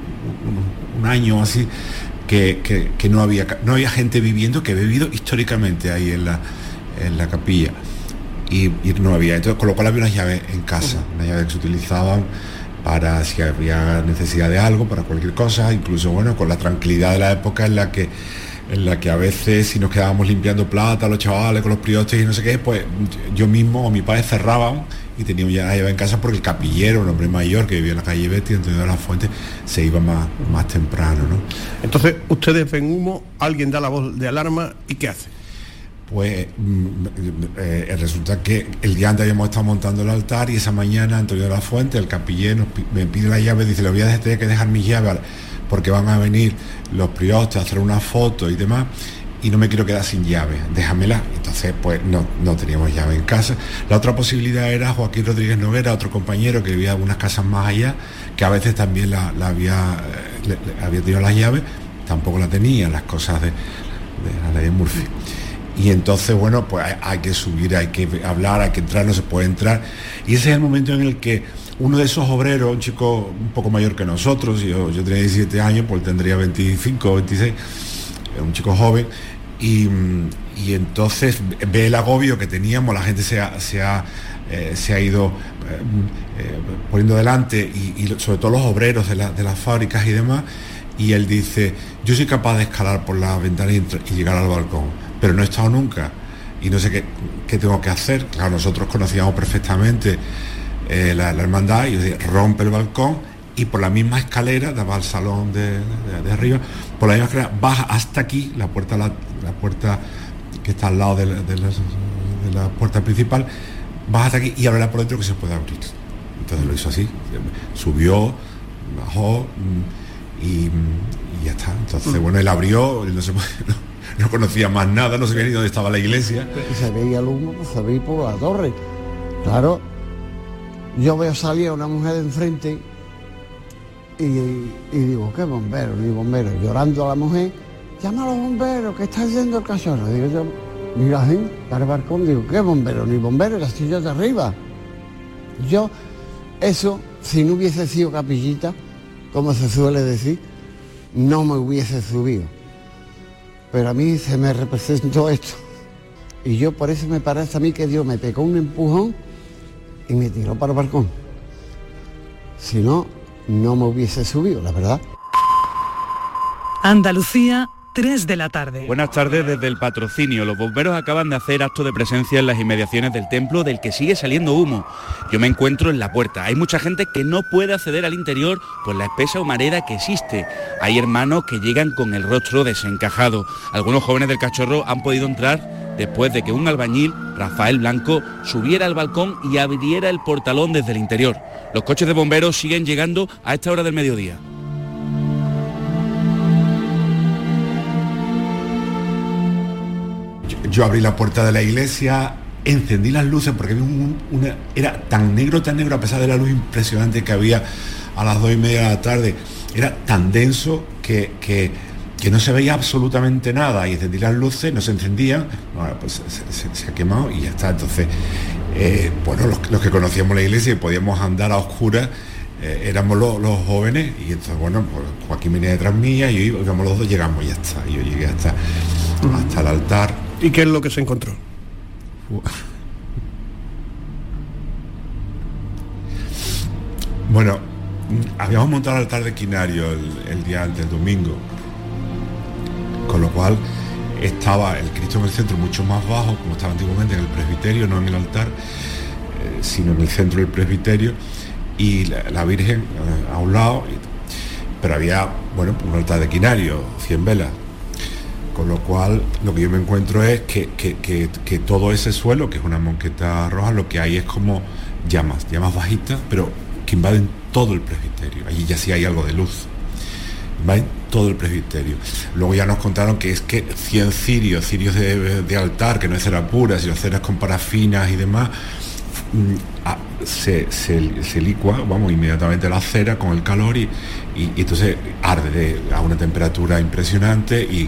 [SPEAKER 22] un año así, que no había gente viviendo, que ha vivido históricamente ahí en la capilla. Y no había, entonces con lo cual había unas llaves en casa, unas llaves que se utilizaban para si había necesidad de algo, para cualquier cosa, incluso bueno, con la tranquilidad de la época en la que a veces si nos quedábamos limpiando plata, los chavales con los priostes y no sé qué, pues yo mismo o mi padre cerraban y teníamos ya la llave en casa porque el capillero, un hombre mayor que vivía en la calle Betty, Antonio de la Fuente, se iba más temprano, ¿no?
[SPEAKER 20] Entonces, ustedes ven humo, alguien da la voz de alarma y ¿qué hace?
[SPEAKER 22] Pues resulta que el día antes habíamos estado montando el altar y esa mañana Antonio de la Fuente, el capillero, me pide la llave, dice, le voy a tener que dejar mis llaves porque van a venir los priostes a hacer una foto y demás y no me quiero quedar sin llave, déjamela. Entonces pues no teníamos llave en casa. La otra posibilidad era Joaquín Rodríguez Noguera, otro compañero que vivía algunas casas más allá, que a veces también le había tenido las llaves, tampoco la tenía, las cosas de la ley de Murphy. Y entonces, bueno, pues hay que subir, hay que hablar, hay que entrar, no se puede entrar. Y ese es el momento en el que uno de esos obreros, un chico un poco mayor que nosotros, yo tenía 17 años, pues tendría 25 o 26, un chico joven, y entonces ve el agobio que teníamos, la gente se ha ido poniendo delante, y sobre todo los obreros de las fábricas y demás, y él dice, yo soy capaz de escalar por la ventana y llegar al balcón, pero no he estado nunca y no sé qué tengo que hacer. Claro, nosotros conocíamos perfectamente la hermandad, y yo decía, rompe el balcón y por la misma escalera, daba al salón de arriba, por la misma escalera baja hasta aquí, la puerta que está al lado de la puerta principal, baja hasta aquí y ábrela por dentro que se puede abrir. Entonces lo hizo así, subió, bajó y ya está. Entonces bueno, él abrió, él no conocía más nada, no sabía ni dónde estaba la iglesia.
[SPEAKER 23] Y se veía el humo, pues se veía por la torre. Claro, yo veo salir a una mujer de enfrente y digo, ¿qué bombero? Ni bombero. Llorando a la mujer, llama a los bomberos, que está yendo el cachorro. Digo yo, mira así, para el balcón, digo, ¿qué bombero? Ni bombero, que estoy yo de arriba. Yo, eso, si no hubiese sido capillita, como se suele decir, no me hubiese subido. Pero a mí se me representó esto. Y yo por eso me parece a mí que Dios me pegó un empujón y me tiró para el balcón. Si no, no me hubiese subido, la verdad.
[SPEAKER 2] Andalucía, 3 de la tarde.
[SPEAKER 3] Buenas tardes desde el Patrocinio. Los bomberos acaban de hacer acto de presencia en las inmediaciones del templo del que sigue saliendo humo. Yo me encuentro en la puerta. Hay mucha gente que no puede acceder al interior por la espesa humareda que existe. Hay hermanos que llegan con el rostro desencajado. Algunos jóvenes del Cachorro han podido entrar después de que un albañil, Rafael Blanco, subiera al balcón y abriera el portalón desde el interior. Los coches de bomberos siguen llegando a esta hora del mediodía.
[SPEAKER 22] Yo abrí la puerta de la iglesia, encendí las luces porque había era tan negro, a pesar de la luz impresionante que había a las 2:30 de la tarde. Era tan denso que no se veía absolutamente nada, y encendí las luces, no se encendían, bueno, pues se ha quemado y ya está. Entonces, bueno, los que conocíamos la iglesia y podíamos andar a oscuras, éramos los jóvenes, y entonces, bueno, pues Joaquín venía detrás mía y íbamos los dos, llegamos y ya está. Y yo llegué hasta el altar.
[SPEAKER 20] ¿Y qué es lo que se encontró?
[SPEAKER 22] Bueno, habíamos montado el altar de quinario el día del domingo, con lo cual estaba el Cristo en el centro mucho más bajo, como estaba antiguamente en el presbiterio, no en el altar, sino en el centro del presbiterio, y la Virgen a un lado, pero había, bueno, un altar de quinario, 100 velas. Con lo cual, lo que yo me encuentro es que todo ese suelo, que es una monqueta roja, lo que hay es como llamas bajitas, pero que invaden todo el presbiterio. Allí ya sí hay algo de luz. Invaden todo el presbiterio. Luego ya nos contaron que es que 100 cirios de altar, que no es cera pura, sino ceras con parafinas y demás, se licua, vamos, inmediatamente la cera con el calor y entonces arde a una temperatura impresionante y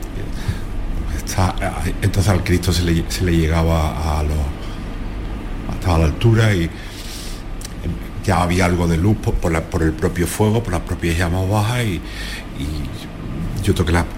[SPEAKER 22] entonces al Cristo se le llegaba hasta la altura, y ya había algo de luz por el propio fuego, por las propias llamas bajas, y yo toqué los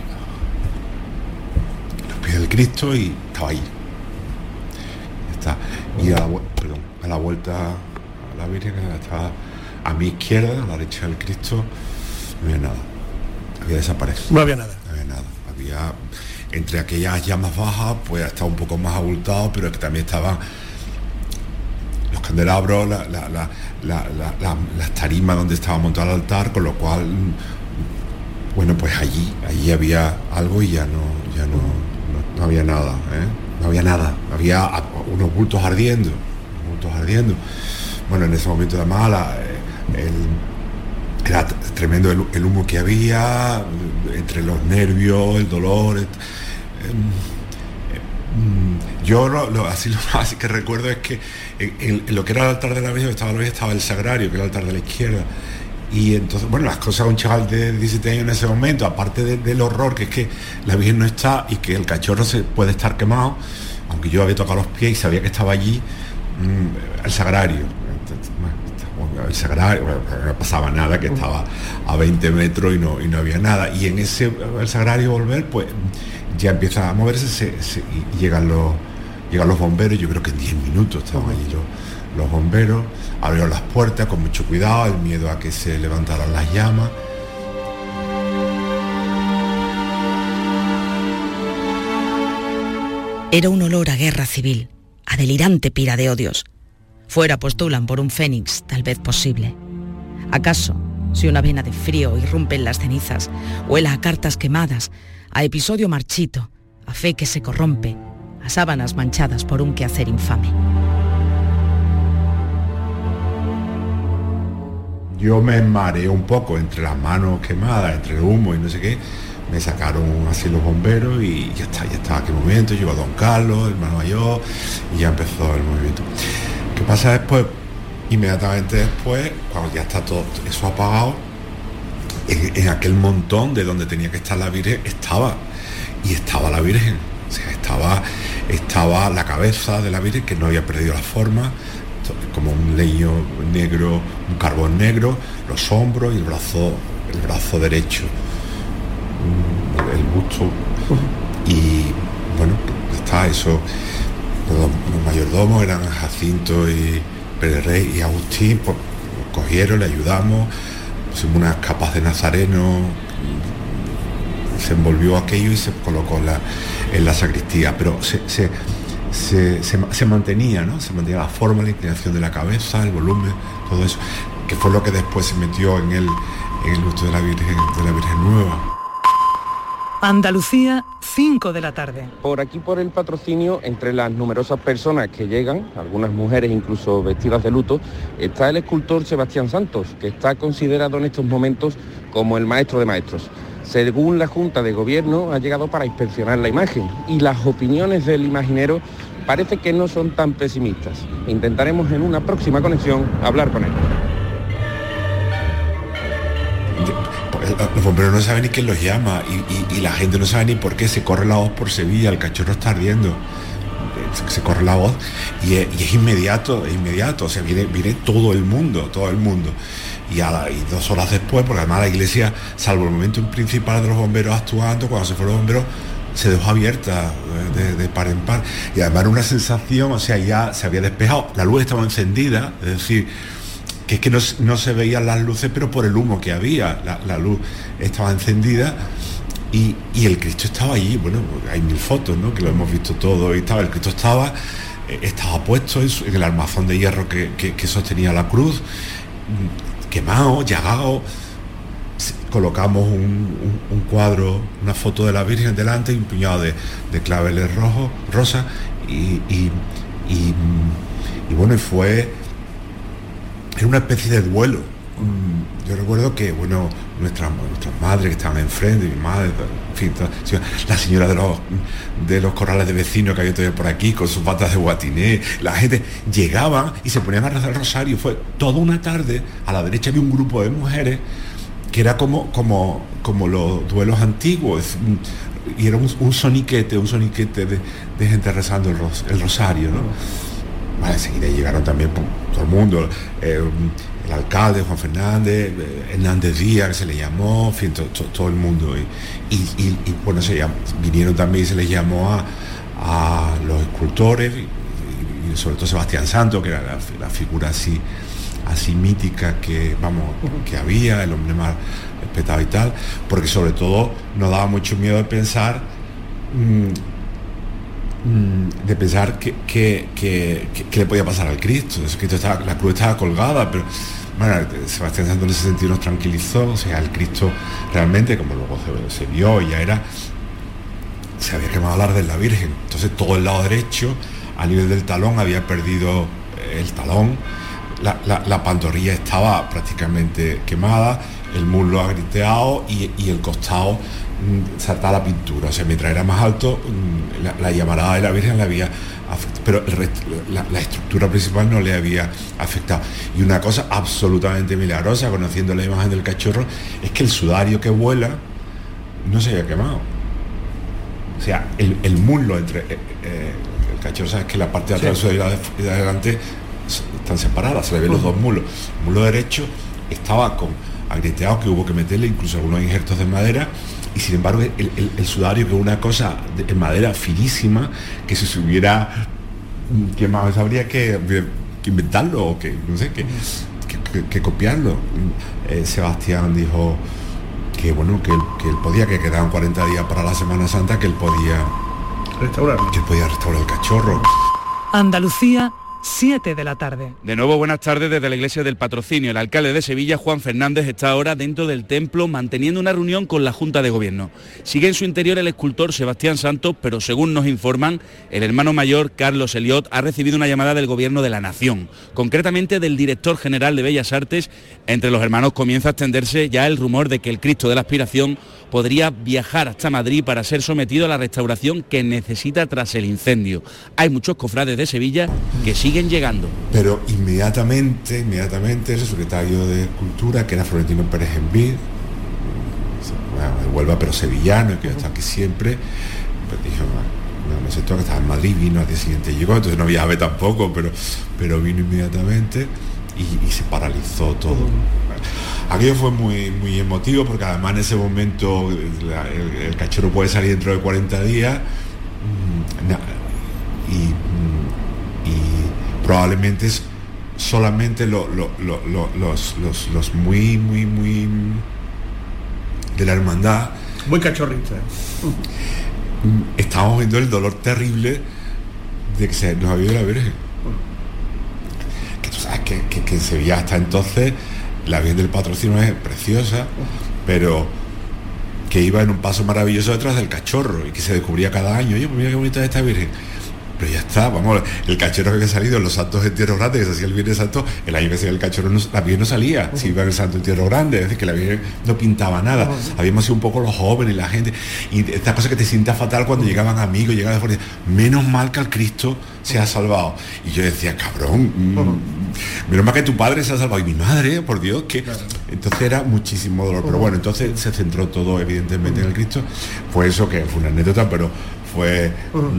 [SPEAKER 22] pies del Cristo y estaba ahí. Está. Y a la vuelta a la Virgen estaba a mi izquierda, a la derecha del Cristo, no había nada. Había desaparecido.
[SPEAKER 20] No había nada.
[SPEAKER 22] No había nada. Había entre aquellas llamas bajas, pues estaba un poco más abultado, pero que también estaban los candelabros, las tarimas donde estaba montado el altar, con lo cual, bueno, pues allí había algo y ya no había nada, no había nada, había unos bultos ardiendo. Bueno, en ese momento además era tremendo el humo que había, entre los nervios, el dolor. Yo así que recuerdo es que en lo que era el altar de la Virgen estaba el sagrario, que era el altar de la izquierda. Y entonces, bueno, las cosas de un chaval de 17 años en ese momento, aparte del horror, que es que la Virgen no está y que el cachorro se puede estar quemado, aunque yo había tocado los pies y sabía que estaba allí, el sagrario. El sagrario, no pasaba nada, que estaba a 20 metros y no había nada. Y en el sagrario volver, pues ya empieza a moverse, y llegan los bomberos. Yo creo que en 10 minutos estaban allí los bomberos, abrieron las puertas con mucho cuidado, el miedo a que se levantaran las llamas.
[SPEAKER 4] Era un olor a guerra civil, a delirante pira de odios. Fuera postulan por un fénix, tal vez posible. ¿Acaso, si una vena de frío irrumpe en las cenizas, huela a cartas quemadas, a episodio marchito, a fe que se corrompe, a sábanas manchadas por un quehacer infame?
[SPEAKER 22] Yo me mareé un poco entre las manos quemadas, entre el humo y no sé qué. Me sacaron así los bomberos y ya estaba aquel movimiento. Llegó don Carlos, el hermano mayor, y ya empezó el movimiento. ¿Qué pasa después? Inmediatamente después, cuando ya está todo eso apagado, en aquel montón de donde tenía que estar la Virgen, estaba la Virgen. O sea, estaba la cabeza de la Virgen, que no había perdido la forma, como un leño negro, un carbón negro, los hombros y el brazo derecho, el busto. Y bueno, está eso. Los mayordomos eran Jacinto y Pérez Rey y Agustín, pues cogieron, le ayudamos, pusimos unas capas de nazareno se envolvió aquello y se colocó en la sacristía, pero se mantenía, ¿no? Se mantenía la forma, la inclinación de la cabeza, el volumen, todo eso, que fue lo que después se metió en el busto de la Virgen Nueva.
[SPEAKER 2] Andalucía, 5 de la tarde.
[SPEAKER 11] Por aquí, por el Patrocinio, entre las numerosas personas que llegan, algunas mujeres incluso vestidas de luto, está el escultor Sebastián Santos, que está considerado en estos momentos como el maestro de maestros. Según la Junta de Gobierno, ha llegado para inspeccionar la imagen y las opiniones del imaginero parece que no son tan pesimistas. Intentaremos en una próxima conexión hablar con él.
[SPEAKER 22] Los bomberos no saben ni quién los llama y la gente no sabe ni por qué. Se corre la voz por Sevilla, el cachorro está ardiendo, se corre la voz y es inmediato, o sea, viene todo el mundo. Y 2 horas después, porque además la iglesia, salvo el momento principal de los bomberos actuando, cuando se fueron los bomberos, se dejó abierta de par en par. Y además era una sensación, o sea, ya se había despejado, la luz estaba encendida, es decir, que es que no se veían las luces, pero por el humo que había, la luz estaba encendida y el Cristo estaba allí. Bueno, hay 1000 fotos, ¿no?, que lo hemos visto todo, y el Cristo estaba puesto en el armazón de hierro que sostenía la cruz, quemado, llagado. Colocamos un cuadro, una foto de la Virgen delante y un puñado de claveles rosas y bueno, y fue... Era una especie de duelo. Yo recuerdo que, bueno, nuestras madres que estaban enfrente, mi madre, en fin, la señora de los corrales de vecinos que había todavía por aquí, con sus batas de guatiné, la gente llegaban y se ponían a rezar el rosario. Fue toda una tarde. A la derecha había un grupo de mujeres que era como los duelos antiguos, y era un soniquete de gente rezando el rosario, ¿no? Vale, enseguida llegaron también todo el mundo, el alcalde Juan Fernández, Hernández Díaz, que se le llamó, en fin, todo el mundo, y bueno, vinieron también y se les llamó a los escultores y sobre todo Sebastián Santos, que era la figura así mítica que había, el hombre más respetado y tal, porque sobre todo nos daba mucho miedo de pensar que le podía pasar al Cristo. La cruz estaba colgada, pero bueno, Sebastián Santos en ese sentido nos tranquilizó. O sea, el Cristo realmente, como luego se vio, se había quemado al arder la Virgen. Entonces todo el lado derecho, a nivel del talón, había perdido el talón, la pantorrilla estaba prácticamente quemada, el muslo agrieteado y el costado saltaba la pintura. O sea, mientras era más alto, la llamarada de la Virgen le había afectado, pero la estructura principal no le había afectado. Y una cosa absolutamente milagrosa, conociendo la imagen del cachorro, es que el sudario que vuela no se había quemado. O sea, el muslo entre el cachorro, sabes que la parte de atrás y de adelante están separadas, se le ven los dos muslos. El muslo derecho estaba agrieteado, que hubo que meterle incluso algunos injertos de madera, y sin embargo el sudario, que es una cosa de madera finísima, que si se hubiera quemado habría que inventarlo, o que no sé, que copiarlo. Sebastián dijo que bueno, que él podía, que quedaban 40 días para la Semana Santa, que él podía restaurar el cachorro.
[SPEAKER 2] Andalucía, 7 de la tarde.
[SPEAKER 3] De nuevo, buenas tardes desde la iglesia del Patrocinio. El alcalde de Sevilla, Juan Fernández, está ahora dentro del templo manteniendo una reunión con la Junta de Gobierno. Sigue en su interior el escultor Sebastián Santos, pero según nos informan, el hermano mayor, Carlos Eliot, ha recibido una llamada del Gobierno de la Nación, concretamente del director general de Bellas Artes. Entre los hermanos comienza a extenderse ya el rumor de que el Cristo de la Aspiración podría viajar hasta Madrid para ser sometido a la restauración que necesita tras el incendio. Hay muchos cofrades de Sevilla que siguen llegando.
[SPEAKER 22] Pero inmediatamente el secretario de Cultura, que era Florentino Pérez Envid, de Huelva pero sevillano, que está aquí siempre, pues dijo, no sé, todo que estaba en Madrid, vino al día siguiente, llegó, entonces no había ave tampoco, pero vino inmediatamente y se paralizó todo. Aquello fue muy, muy emotivo, porque además en ese momento el cachorro puede salir dentro de 40 días y probablemente solamente los muy, muy, muy de la hermandad
[SPEAKER 20] Muy cachorrista.
[SPEAKER 22] Estábamos viendo el dolor terrible de que se nos había ido la Virgen. Que tú sabes que en Sevilla hasta entonces la Virgen del Patrocinio es preciosa, pero que iba en un paso maravilloso detrás del cachorro y que se descubría cada año. Oye, pues mira qué bonita es esta Virgen. Pero ya está, vamos, el cachorro que había salido en los santos entierros grandes, que se hacía el Viernes Santo, el año que hacía el cachorro, la Virgen no salía, si iba en el santo entierro grande, es decir, que la Virgen no pintaba nada. Habíamos sido un poco los jóvenes, la gente, y esta cosa que te sientas fatal cuando llegaban amigos, llegaban de fuera, menos mal que al Cristo se ha salvado. Y yo decía, cabrón, menos mal que tu padre se ha salvado, y mi madre, por Dios, que... Entonces era muchísimo dolor, pero bueno, entonces se centró todo evidentemente en el Cristo. Fue eso, que fue una anécdota, pero fue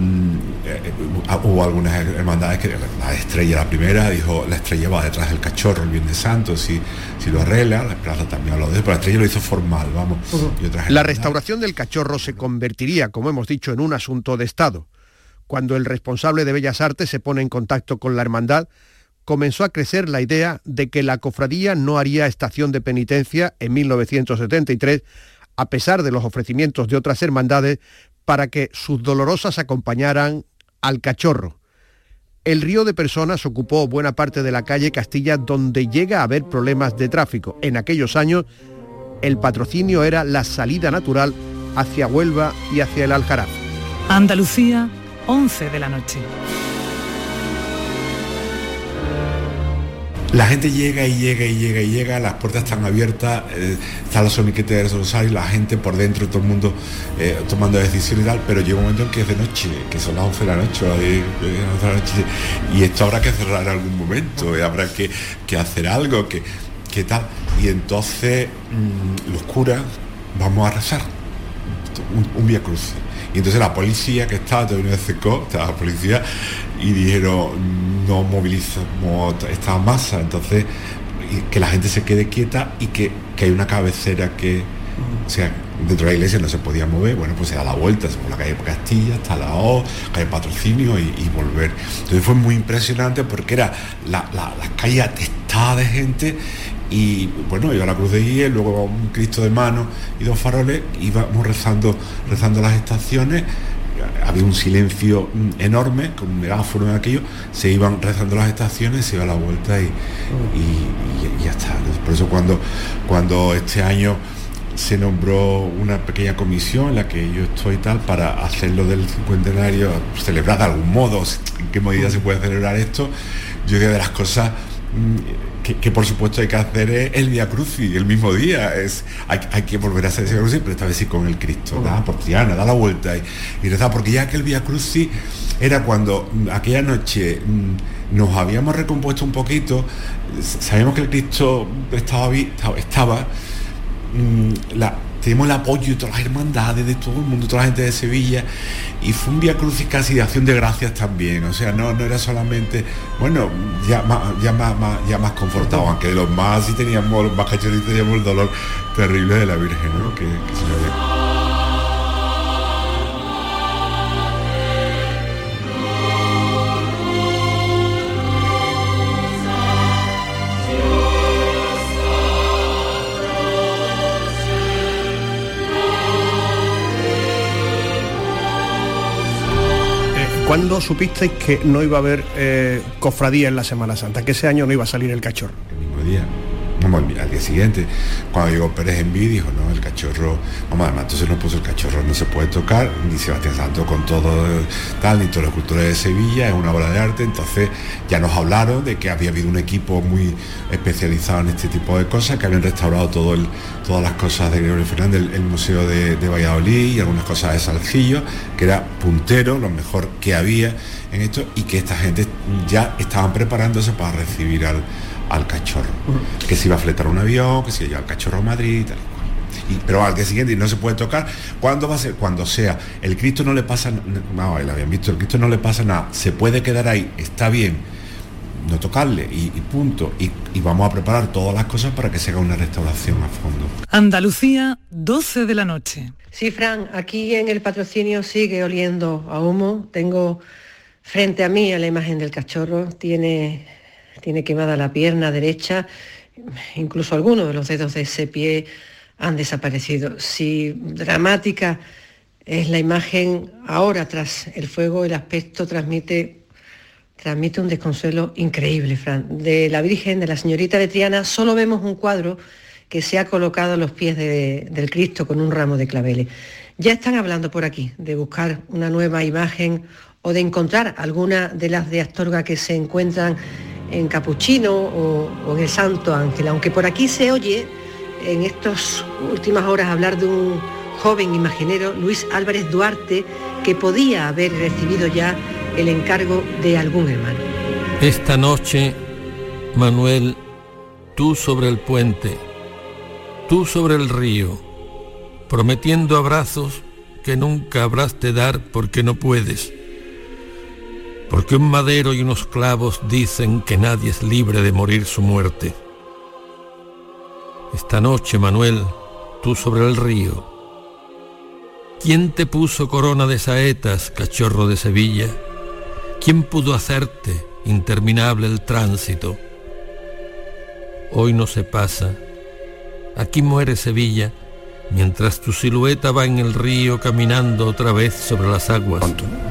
[SPEAKER 22] hubo algunas hermandades que la estrella, la primera, dijo, la estrella va detrás del cachorro el Viernes Santo, si lo arregla, la Esperanza también habló de eso, pero la estrella lo hizo formal, vamos. Y otras
[SPEAKER 20] la restauración del cachorro se convertiría, como hemos dicho, en un asunto de Estado. Cuando el responsable de Bellas Artes se pone en contacto con la hermandad, comenzó a crecer la idea de que la cofradía no haría estación de penitencia en 1973, a pesar de los ofrecimientos de otras hermandades, para que sus dolorosas acompañaran al cachorro. El río de personas ocupó buena parte de la calle Castilla, donde llega a haber problemas de tráfico. En aquellos años, el Patrocinio era la salida natural hacia Huelva y hacia el Aljarafe.
[SPEAKER 2] Andalucía, 11 de la noche.
[SPEAKER 22] La gente llega y llega, las puertas están abiertas, están los soniquetes del rosario, la gente por dentro, todo el mundo tomando decisiones y tal, pero llega un momento en que es de noche, que son las 11 de la noche, y esto habrá que cerrar en algún momento, habrá que hacer algo, que tal, y entonces los curas vamos a rezar un Vía Crucis. Y entonces la policía que estaba, todavía no secó, estaba la policía, y dijeron, no movilizamos esta masa, entonces que la gente se quede quieta y que hay una cabecera que, o sea, dentro de la iglesia no se podía mover, bueno, pues se da la vuelta, por la calle Castilla, hasta la O, calle Patrocinio y volver. Entonces fue muy impresionante porque era la calle atestada de gente. Y bueno, iba a la cruz de guía, luego un Cristo de mano y dos faroles, íbamos rezando las estaciones, había un silencio enorme, con un megáfono en aquello, se iban rezando las estaciones, se iba a la vuelta y ya está. Por eso cuando este año se nombró una pequeña comisión en la que yo estoy tal, para hacerlo del cincuentenario, celebrar de algún modo, en qué medida se puede celebrar esto, yo creo que de las cosas que por supuesto hay que hacer es el Vía Crucis el mismo día, hay que volver a hacer ese Vía Crucis, pero esta vez sí con el Cristo, da por Triana, da la vuelta y rezar, porque ya que el Vía Crucis era cuando aquella noche nos habíamos recompuesto un poquito, sabíamos que el Cristo estaba teníamos el apoyo de todas las hermandades, de todo el mundo, toda la gente de Sevilla, y fue un Vía Crucis casi de acción de gracias también, o sea, no era solamente, bueno, ya más confortado, aunque de los más sí teníamos, los más cachorritos teníamos el dolor terrible de la Virgen, ¿no? que se le había...
[SPEAKER 20] ¿Cuándo supisteis que no iba a haber cofradía en la Semana Santa? Que ese año no iba a salir el cachorro.
[SPEAKER 22] El mismo día. Vamos, al día siguiente, cuando llegó Pérez en Ví, dijo, no, el cachorro, vamos, además, entonces nos puso el cachorro, no se puede tocar, ni Sebastián Santos con todo tal, ni todos los cultores de Sevilla, es una obra de arte. Entonces ya nos hablaron de que había habido un equipo muy especializado en este tipo de cosas, que habían restaurado todas las cosas de Gregorio Fernández, el Museo de Valladolid y algunas cosas de Salcillo, que era puntero, lo mejor que había en esto, y que esta gente ya estaban preparándose para recibir al cachorro, que se iba a fletar un avión, que se iba a llevar al cachorro a Madrid, tal y cual. Pero al día siguiente no se puede tocar. ¿Cuándo va a ser? Cuando sea. El Cristo no le pasa nada, lo habían visto, el Cristo no le pasa nada, se puede quedar ahí, está bien, no tocarle y punto. Y vamos a preparar todas las cosas para que se haga una restauración a fondo.
[SPEAKER 2] Andalucía, 12 de la noche.
[SPEAKER 12] Sí, Fran, aquí en el Patrocinio sigue oliendo a humo. Tengo frente a mí a la imagen del cachorro, tiene quemada la pierna derecha, incluso algunos de los dedos de ese pie han desaparecido. Si dramática es la imagen ahora tras el fuego, el aspecto transmite un desconsuelo increíble, Fran. De la Virgen, de la Señorita de Triana, solo vemos un cuadro que se ha colocado a los pies del Cristo con un ramo de claveles. Ya están hablando por aquí de buscar una nueva imagen o de encontrar alguna de las de Astorga que se encuentran en Capuchino o en el Santo Ángel, aunque por aquí se oye en estas últimas horas hablar de un joven imaginero, Luis Álvarez Duarte, que podía haber recibido ya el encargo de algún hermano.
[SPEAKER 1] Esta noche, Manuel, tú sobre el puente, tú sobre el río, prometiendo abrazos que nunca habrás de dar porque no puedes, porque un madero y unos clavos dicen que nadie es libre de morir su muerte. Esta noche, Manuel, tú sobre el río. ¿Quién te puso corona de saetas, cachorro de Sevilla? ¿Quién pudo hacerte interminable el tránsito? Hoy no se pasa. Aquí muere Sevilla, mientras tu silueta va en el río caminando otra vez sobre las aguas.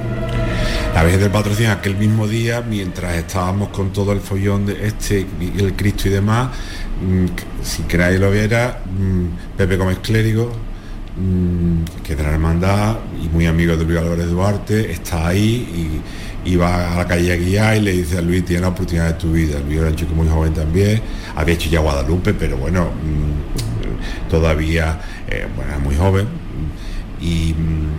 [SPEAKER 22] La Virgen del Patrocinio, aquel mismo día, mientras estábamos con todo el follón de el Cristo y demás, sin que nadie lo viera, Pepe Gómez Clérigo, que es de la hermandad y muy amigo de Luis Álvarez Duarte, está ahí y va a la calle a guiar y le dice a Luis: tienes la oportunidad de tu vida. Luis era un chico muy joven también, había hecho ya Guadalupe, pero bueno, todavía era muy joven, y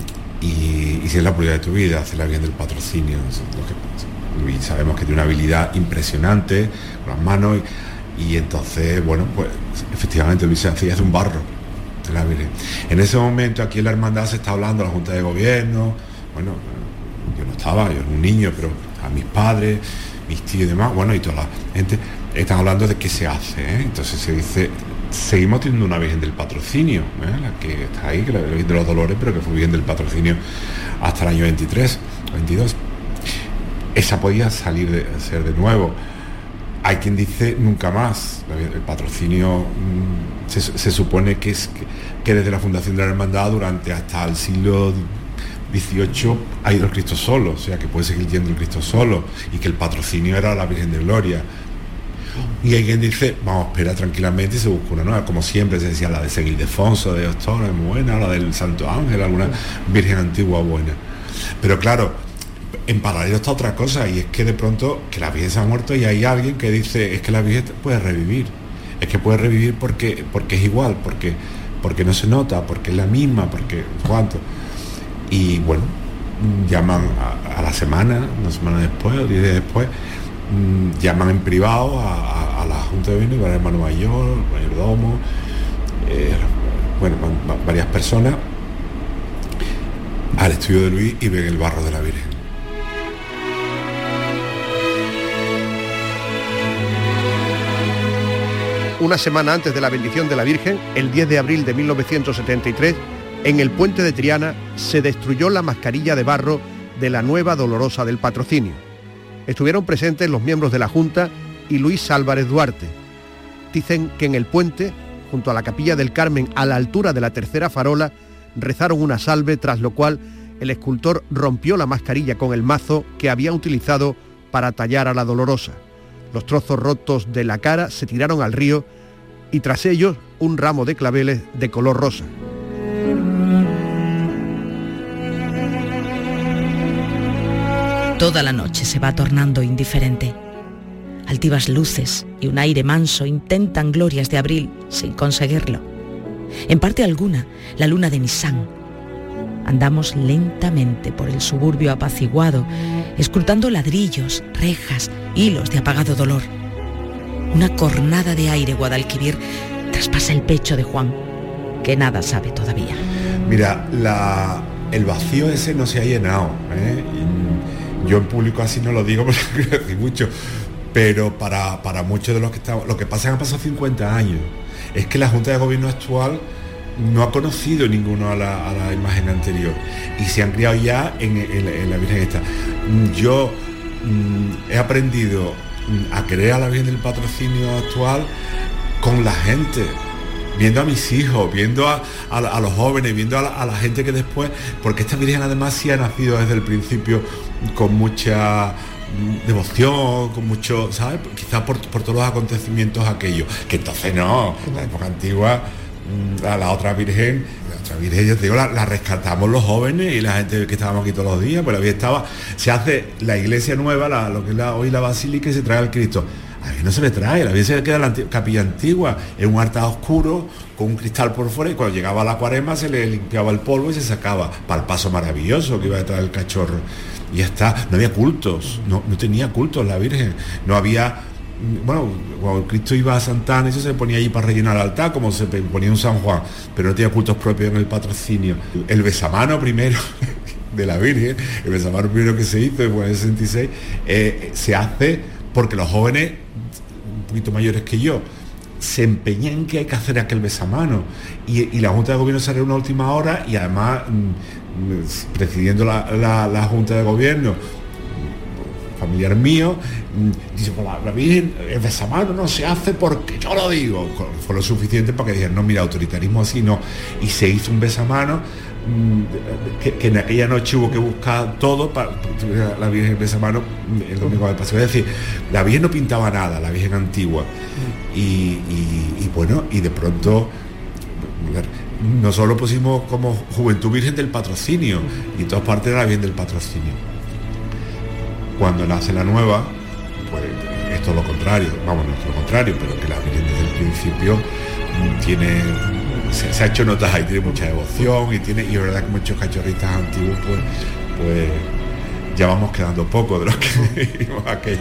[SPEAKER 22] si es la oportunidad de tu vida, hacer la Virgen del Patrocinio. Luis sabemos que tiene una habilidad impresionante con las manos, y entonces, bueno, pues efectivamente Luis se hace un barro de la Virgen. En ese momento aquí en la hermandad se está hablando, la Junta de Gobierno, bueno, yo no estaba, yo era un niño, pero a mis padres, mis tíos y demás, bueno, y toda la gente están hablando de qué se hace, ¿eh? Entonces se dice: seguimos teniendo una Virgen del Patrocinio, la que está ahí, que la Virgen de los Dolores, pero que fue Virgen del Patrocinio hasta el año 23, 22. Esa podía ser de nuevo. Hay quien dice nunca más. El patrocinio se supone que desde la fundación de la hermandad durante hasta el siglo XVIII ha ido el Cristo solo, o sea que puede seguir yendo el Cristo solo, y que el patrocinio era la Virgen de Gloria. Y hay quien dice: vamos a esperar tranquilamente y se busca una nueva, como siempre se decía, la de San Ildefonso de Ostora es muy buena, la del Santo Ángel, alguna virgen antigua buena. Pero claro, en paralelo está otra cosa, y es que de pronto que la Virgen se ha muerto y hay alguien que dice: es que la Virgen puede revivir, es que puede revivir porque es igual, porque no se nota, porque es la misma, porque cuánto. Y bueno, llaman a la semana, una semana después o 10 días después, llaman en privado a la Junta de Gobierno, al hermano mayor, el mayordomo, varias personas, al estudio de Luis, y ven el barro de la Virgen.
[SPEAKER 20] Una semana antes de la bendición de la Virgen, el 10 de abril de 1973, en el puente de Triana se destruyó la mascarilla de barro de la nueva Dolorosa del Patrocinio. Estuvieron presentes los miembros de la Junta y Luis Álvarez Duarte. Dicen que en el puente, junto a la Capilla del Carmen, a la altura de la tercera farola, rezaron una salve, tras lo cual el escultor rompió la mascarilla con el mazo que había utilizado para tallar a la Dolorosa. Los trozos rotos de la cara se tiraron al río y tras ellos un ramo de claveles de color rosa.
[SPEAKER 4] Toda la noche se va tornando indiferente. Altivas luces y un aire manso intentan glorias de abril sin conseguirlo. En parte alguna, la luna de Nisan. Andamos lentamente por el suburbio apaciguado, escrutando ladrillos, rejas, hilos de apagado dolor. Una cornada de aire Guadalquivir traspasa el pecho de Juan, que nada sabe todavía.
[SPEAKER 22] Mira, el vacío ese no se ha llenado, ¿eh? Yo en público así no lo digo porque no quiero decir mucho, pero para muchos de los que estamos, lo que pasa es que han pasado 50 años. Es que la Junta de Gobierno actual no ha conocido ninguno a la imagen anterior y se han criado ya en la Virgen esta. Yo he aprendido a querer a la Virgen del Patrocinio actual con la gente viendo a mis hijos, viendo a los jóvenes, viendo a la gente que después, porque esta Virgen además sí ha nacido desde el principio con mucha devoción, con mucho, ¿sabes? Quizás por todos los acontecimientos aquellos, que entonces no, en la época antigua, la otra Virgen, yo te digo, la rescatamos los jóvenes y la gente que estábamos aquí todos los días, pues había estaba, se hace la iglesia nueva, lo que es hoy la basílica, y se trae al Cristo. A mí no se le trae, la Virgen se queda en la capilla antigua, en un altar oscuro, con un cristal por fuera, y cuando llegaba la Cuaresma se le limpiaba el polvo y se sacaba, para el paso maravilloso que iba detrás del cachorro. Y ya está, no había cultos, no tenía cultos la Virgen, no había, bueno, cuando Cristo iba a Santana, eso se ponía allí para rellenar el altar, como se ponía un San Juan, pero no tenía cultos propios en el patrocinio. El besamano primero de la Virgen, el besamano primero que se hizo en el 66, se hace porque los jóvenes, un poquito mayores que yo, se empeñan en que hay que hacer aquel besamano, y la Junta de Gobierno sale una última hora, y además presidiendo la Junta de Gobierno, familiar mío, dice, pues la Virgen, el besamano no se hace porque yo lo digo. Fue lo suficiente para que dijeran, no, mira, autoritarismo así no. Y se hizo un besamano que en aquella noche hubo que buscar todo para la Virgen el besamano el domingo del paseo. Es decir, la Virgen no pintaba nada, la Virgen antigua. Y bueno, y de pronto nosotros lo pusimos como Juventud Virgen del Patrocinio, y todas partes era la Virgen del Patrocinio. Cuando nace la nueva, pues es todo lo contrario, vamos, no es lo contrario, pero que la Virgen desde el principio se ha hecho notas ahí, tiene mucha devoción, y es verdad que muchos cachorristas antiguos pues ya vamos quedando poco de los que vimos aquello.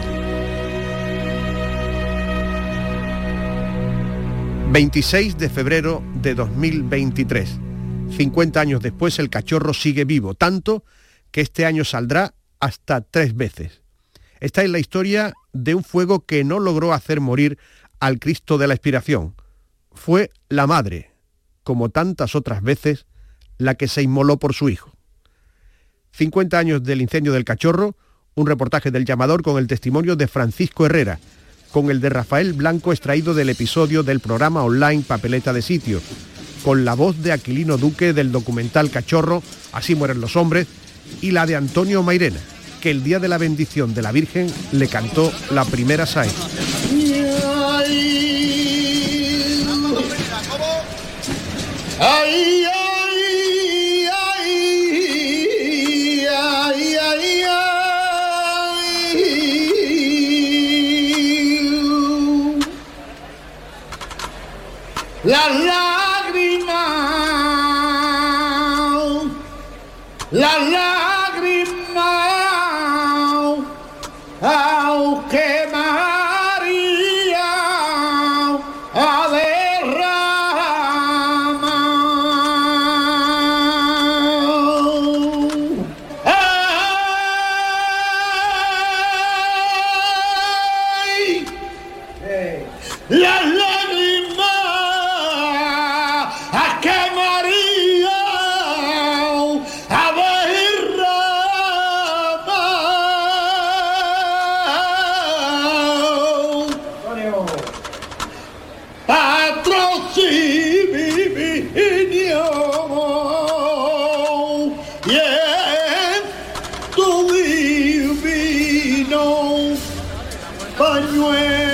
[SPEAKER 20] 26 de febrero de 2023. 50 años después el cachorro sigue vivo, tanto que este año saldrá hasta 3 veces. Esta es la historia de un fuego que no logró hacer morir al Cristo de la Expiración. Fue la madre, como tantas otras veces, la que se inmoló por su hijo. 50 años del incendio del cachorro, un reportaje del Llamador con el testimonio de Francisco Herrera, con el de Rafael Blanco extraído del episodio del programa online Papeleta de Sitio, con la voz de Aquilino Duque del documental Cachorro, Así mueren los hombres, y la de Antonio Mairena, que el día de la bendición de la Virgen le cantó la primera saeta.
[SPEAKER 9] Ay, las lágrimas, aunque María ha derramado. Ay, las lágrimas a que María ha derramado. Patrocinio, y en tu divino pañuelo.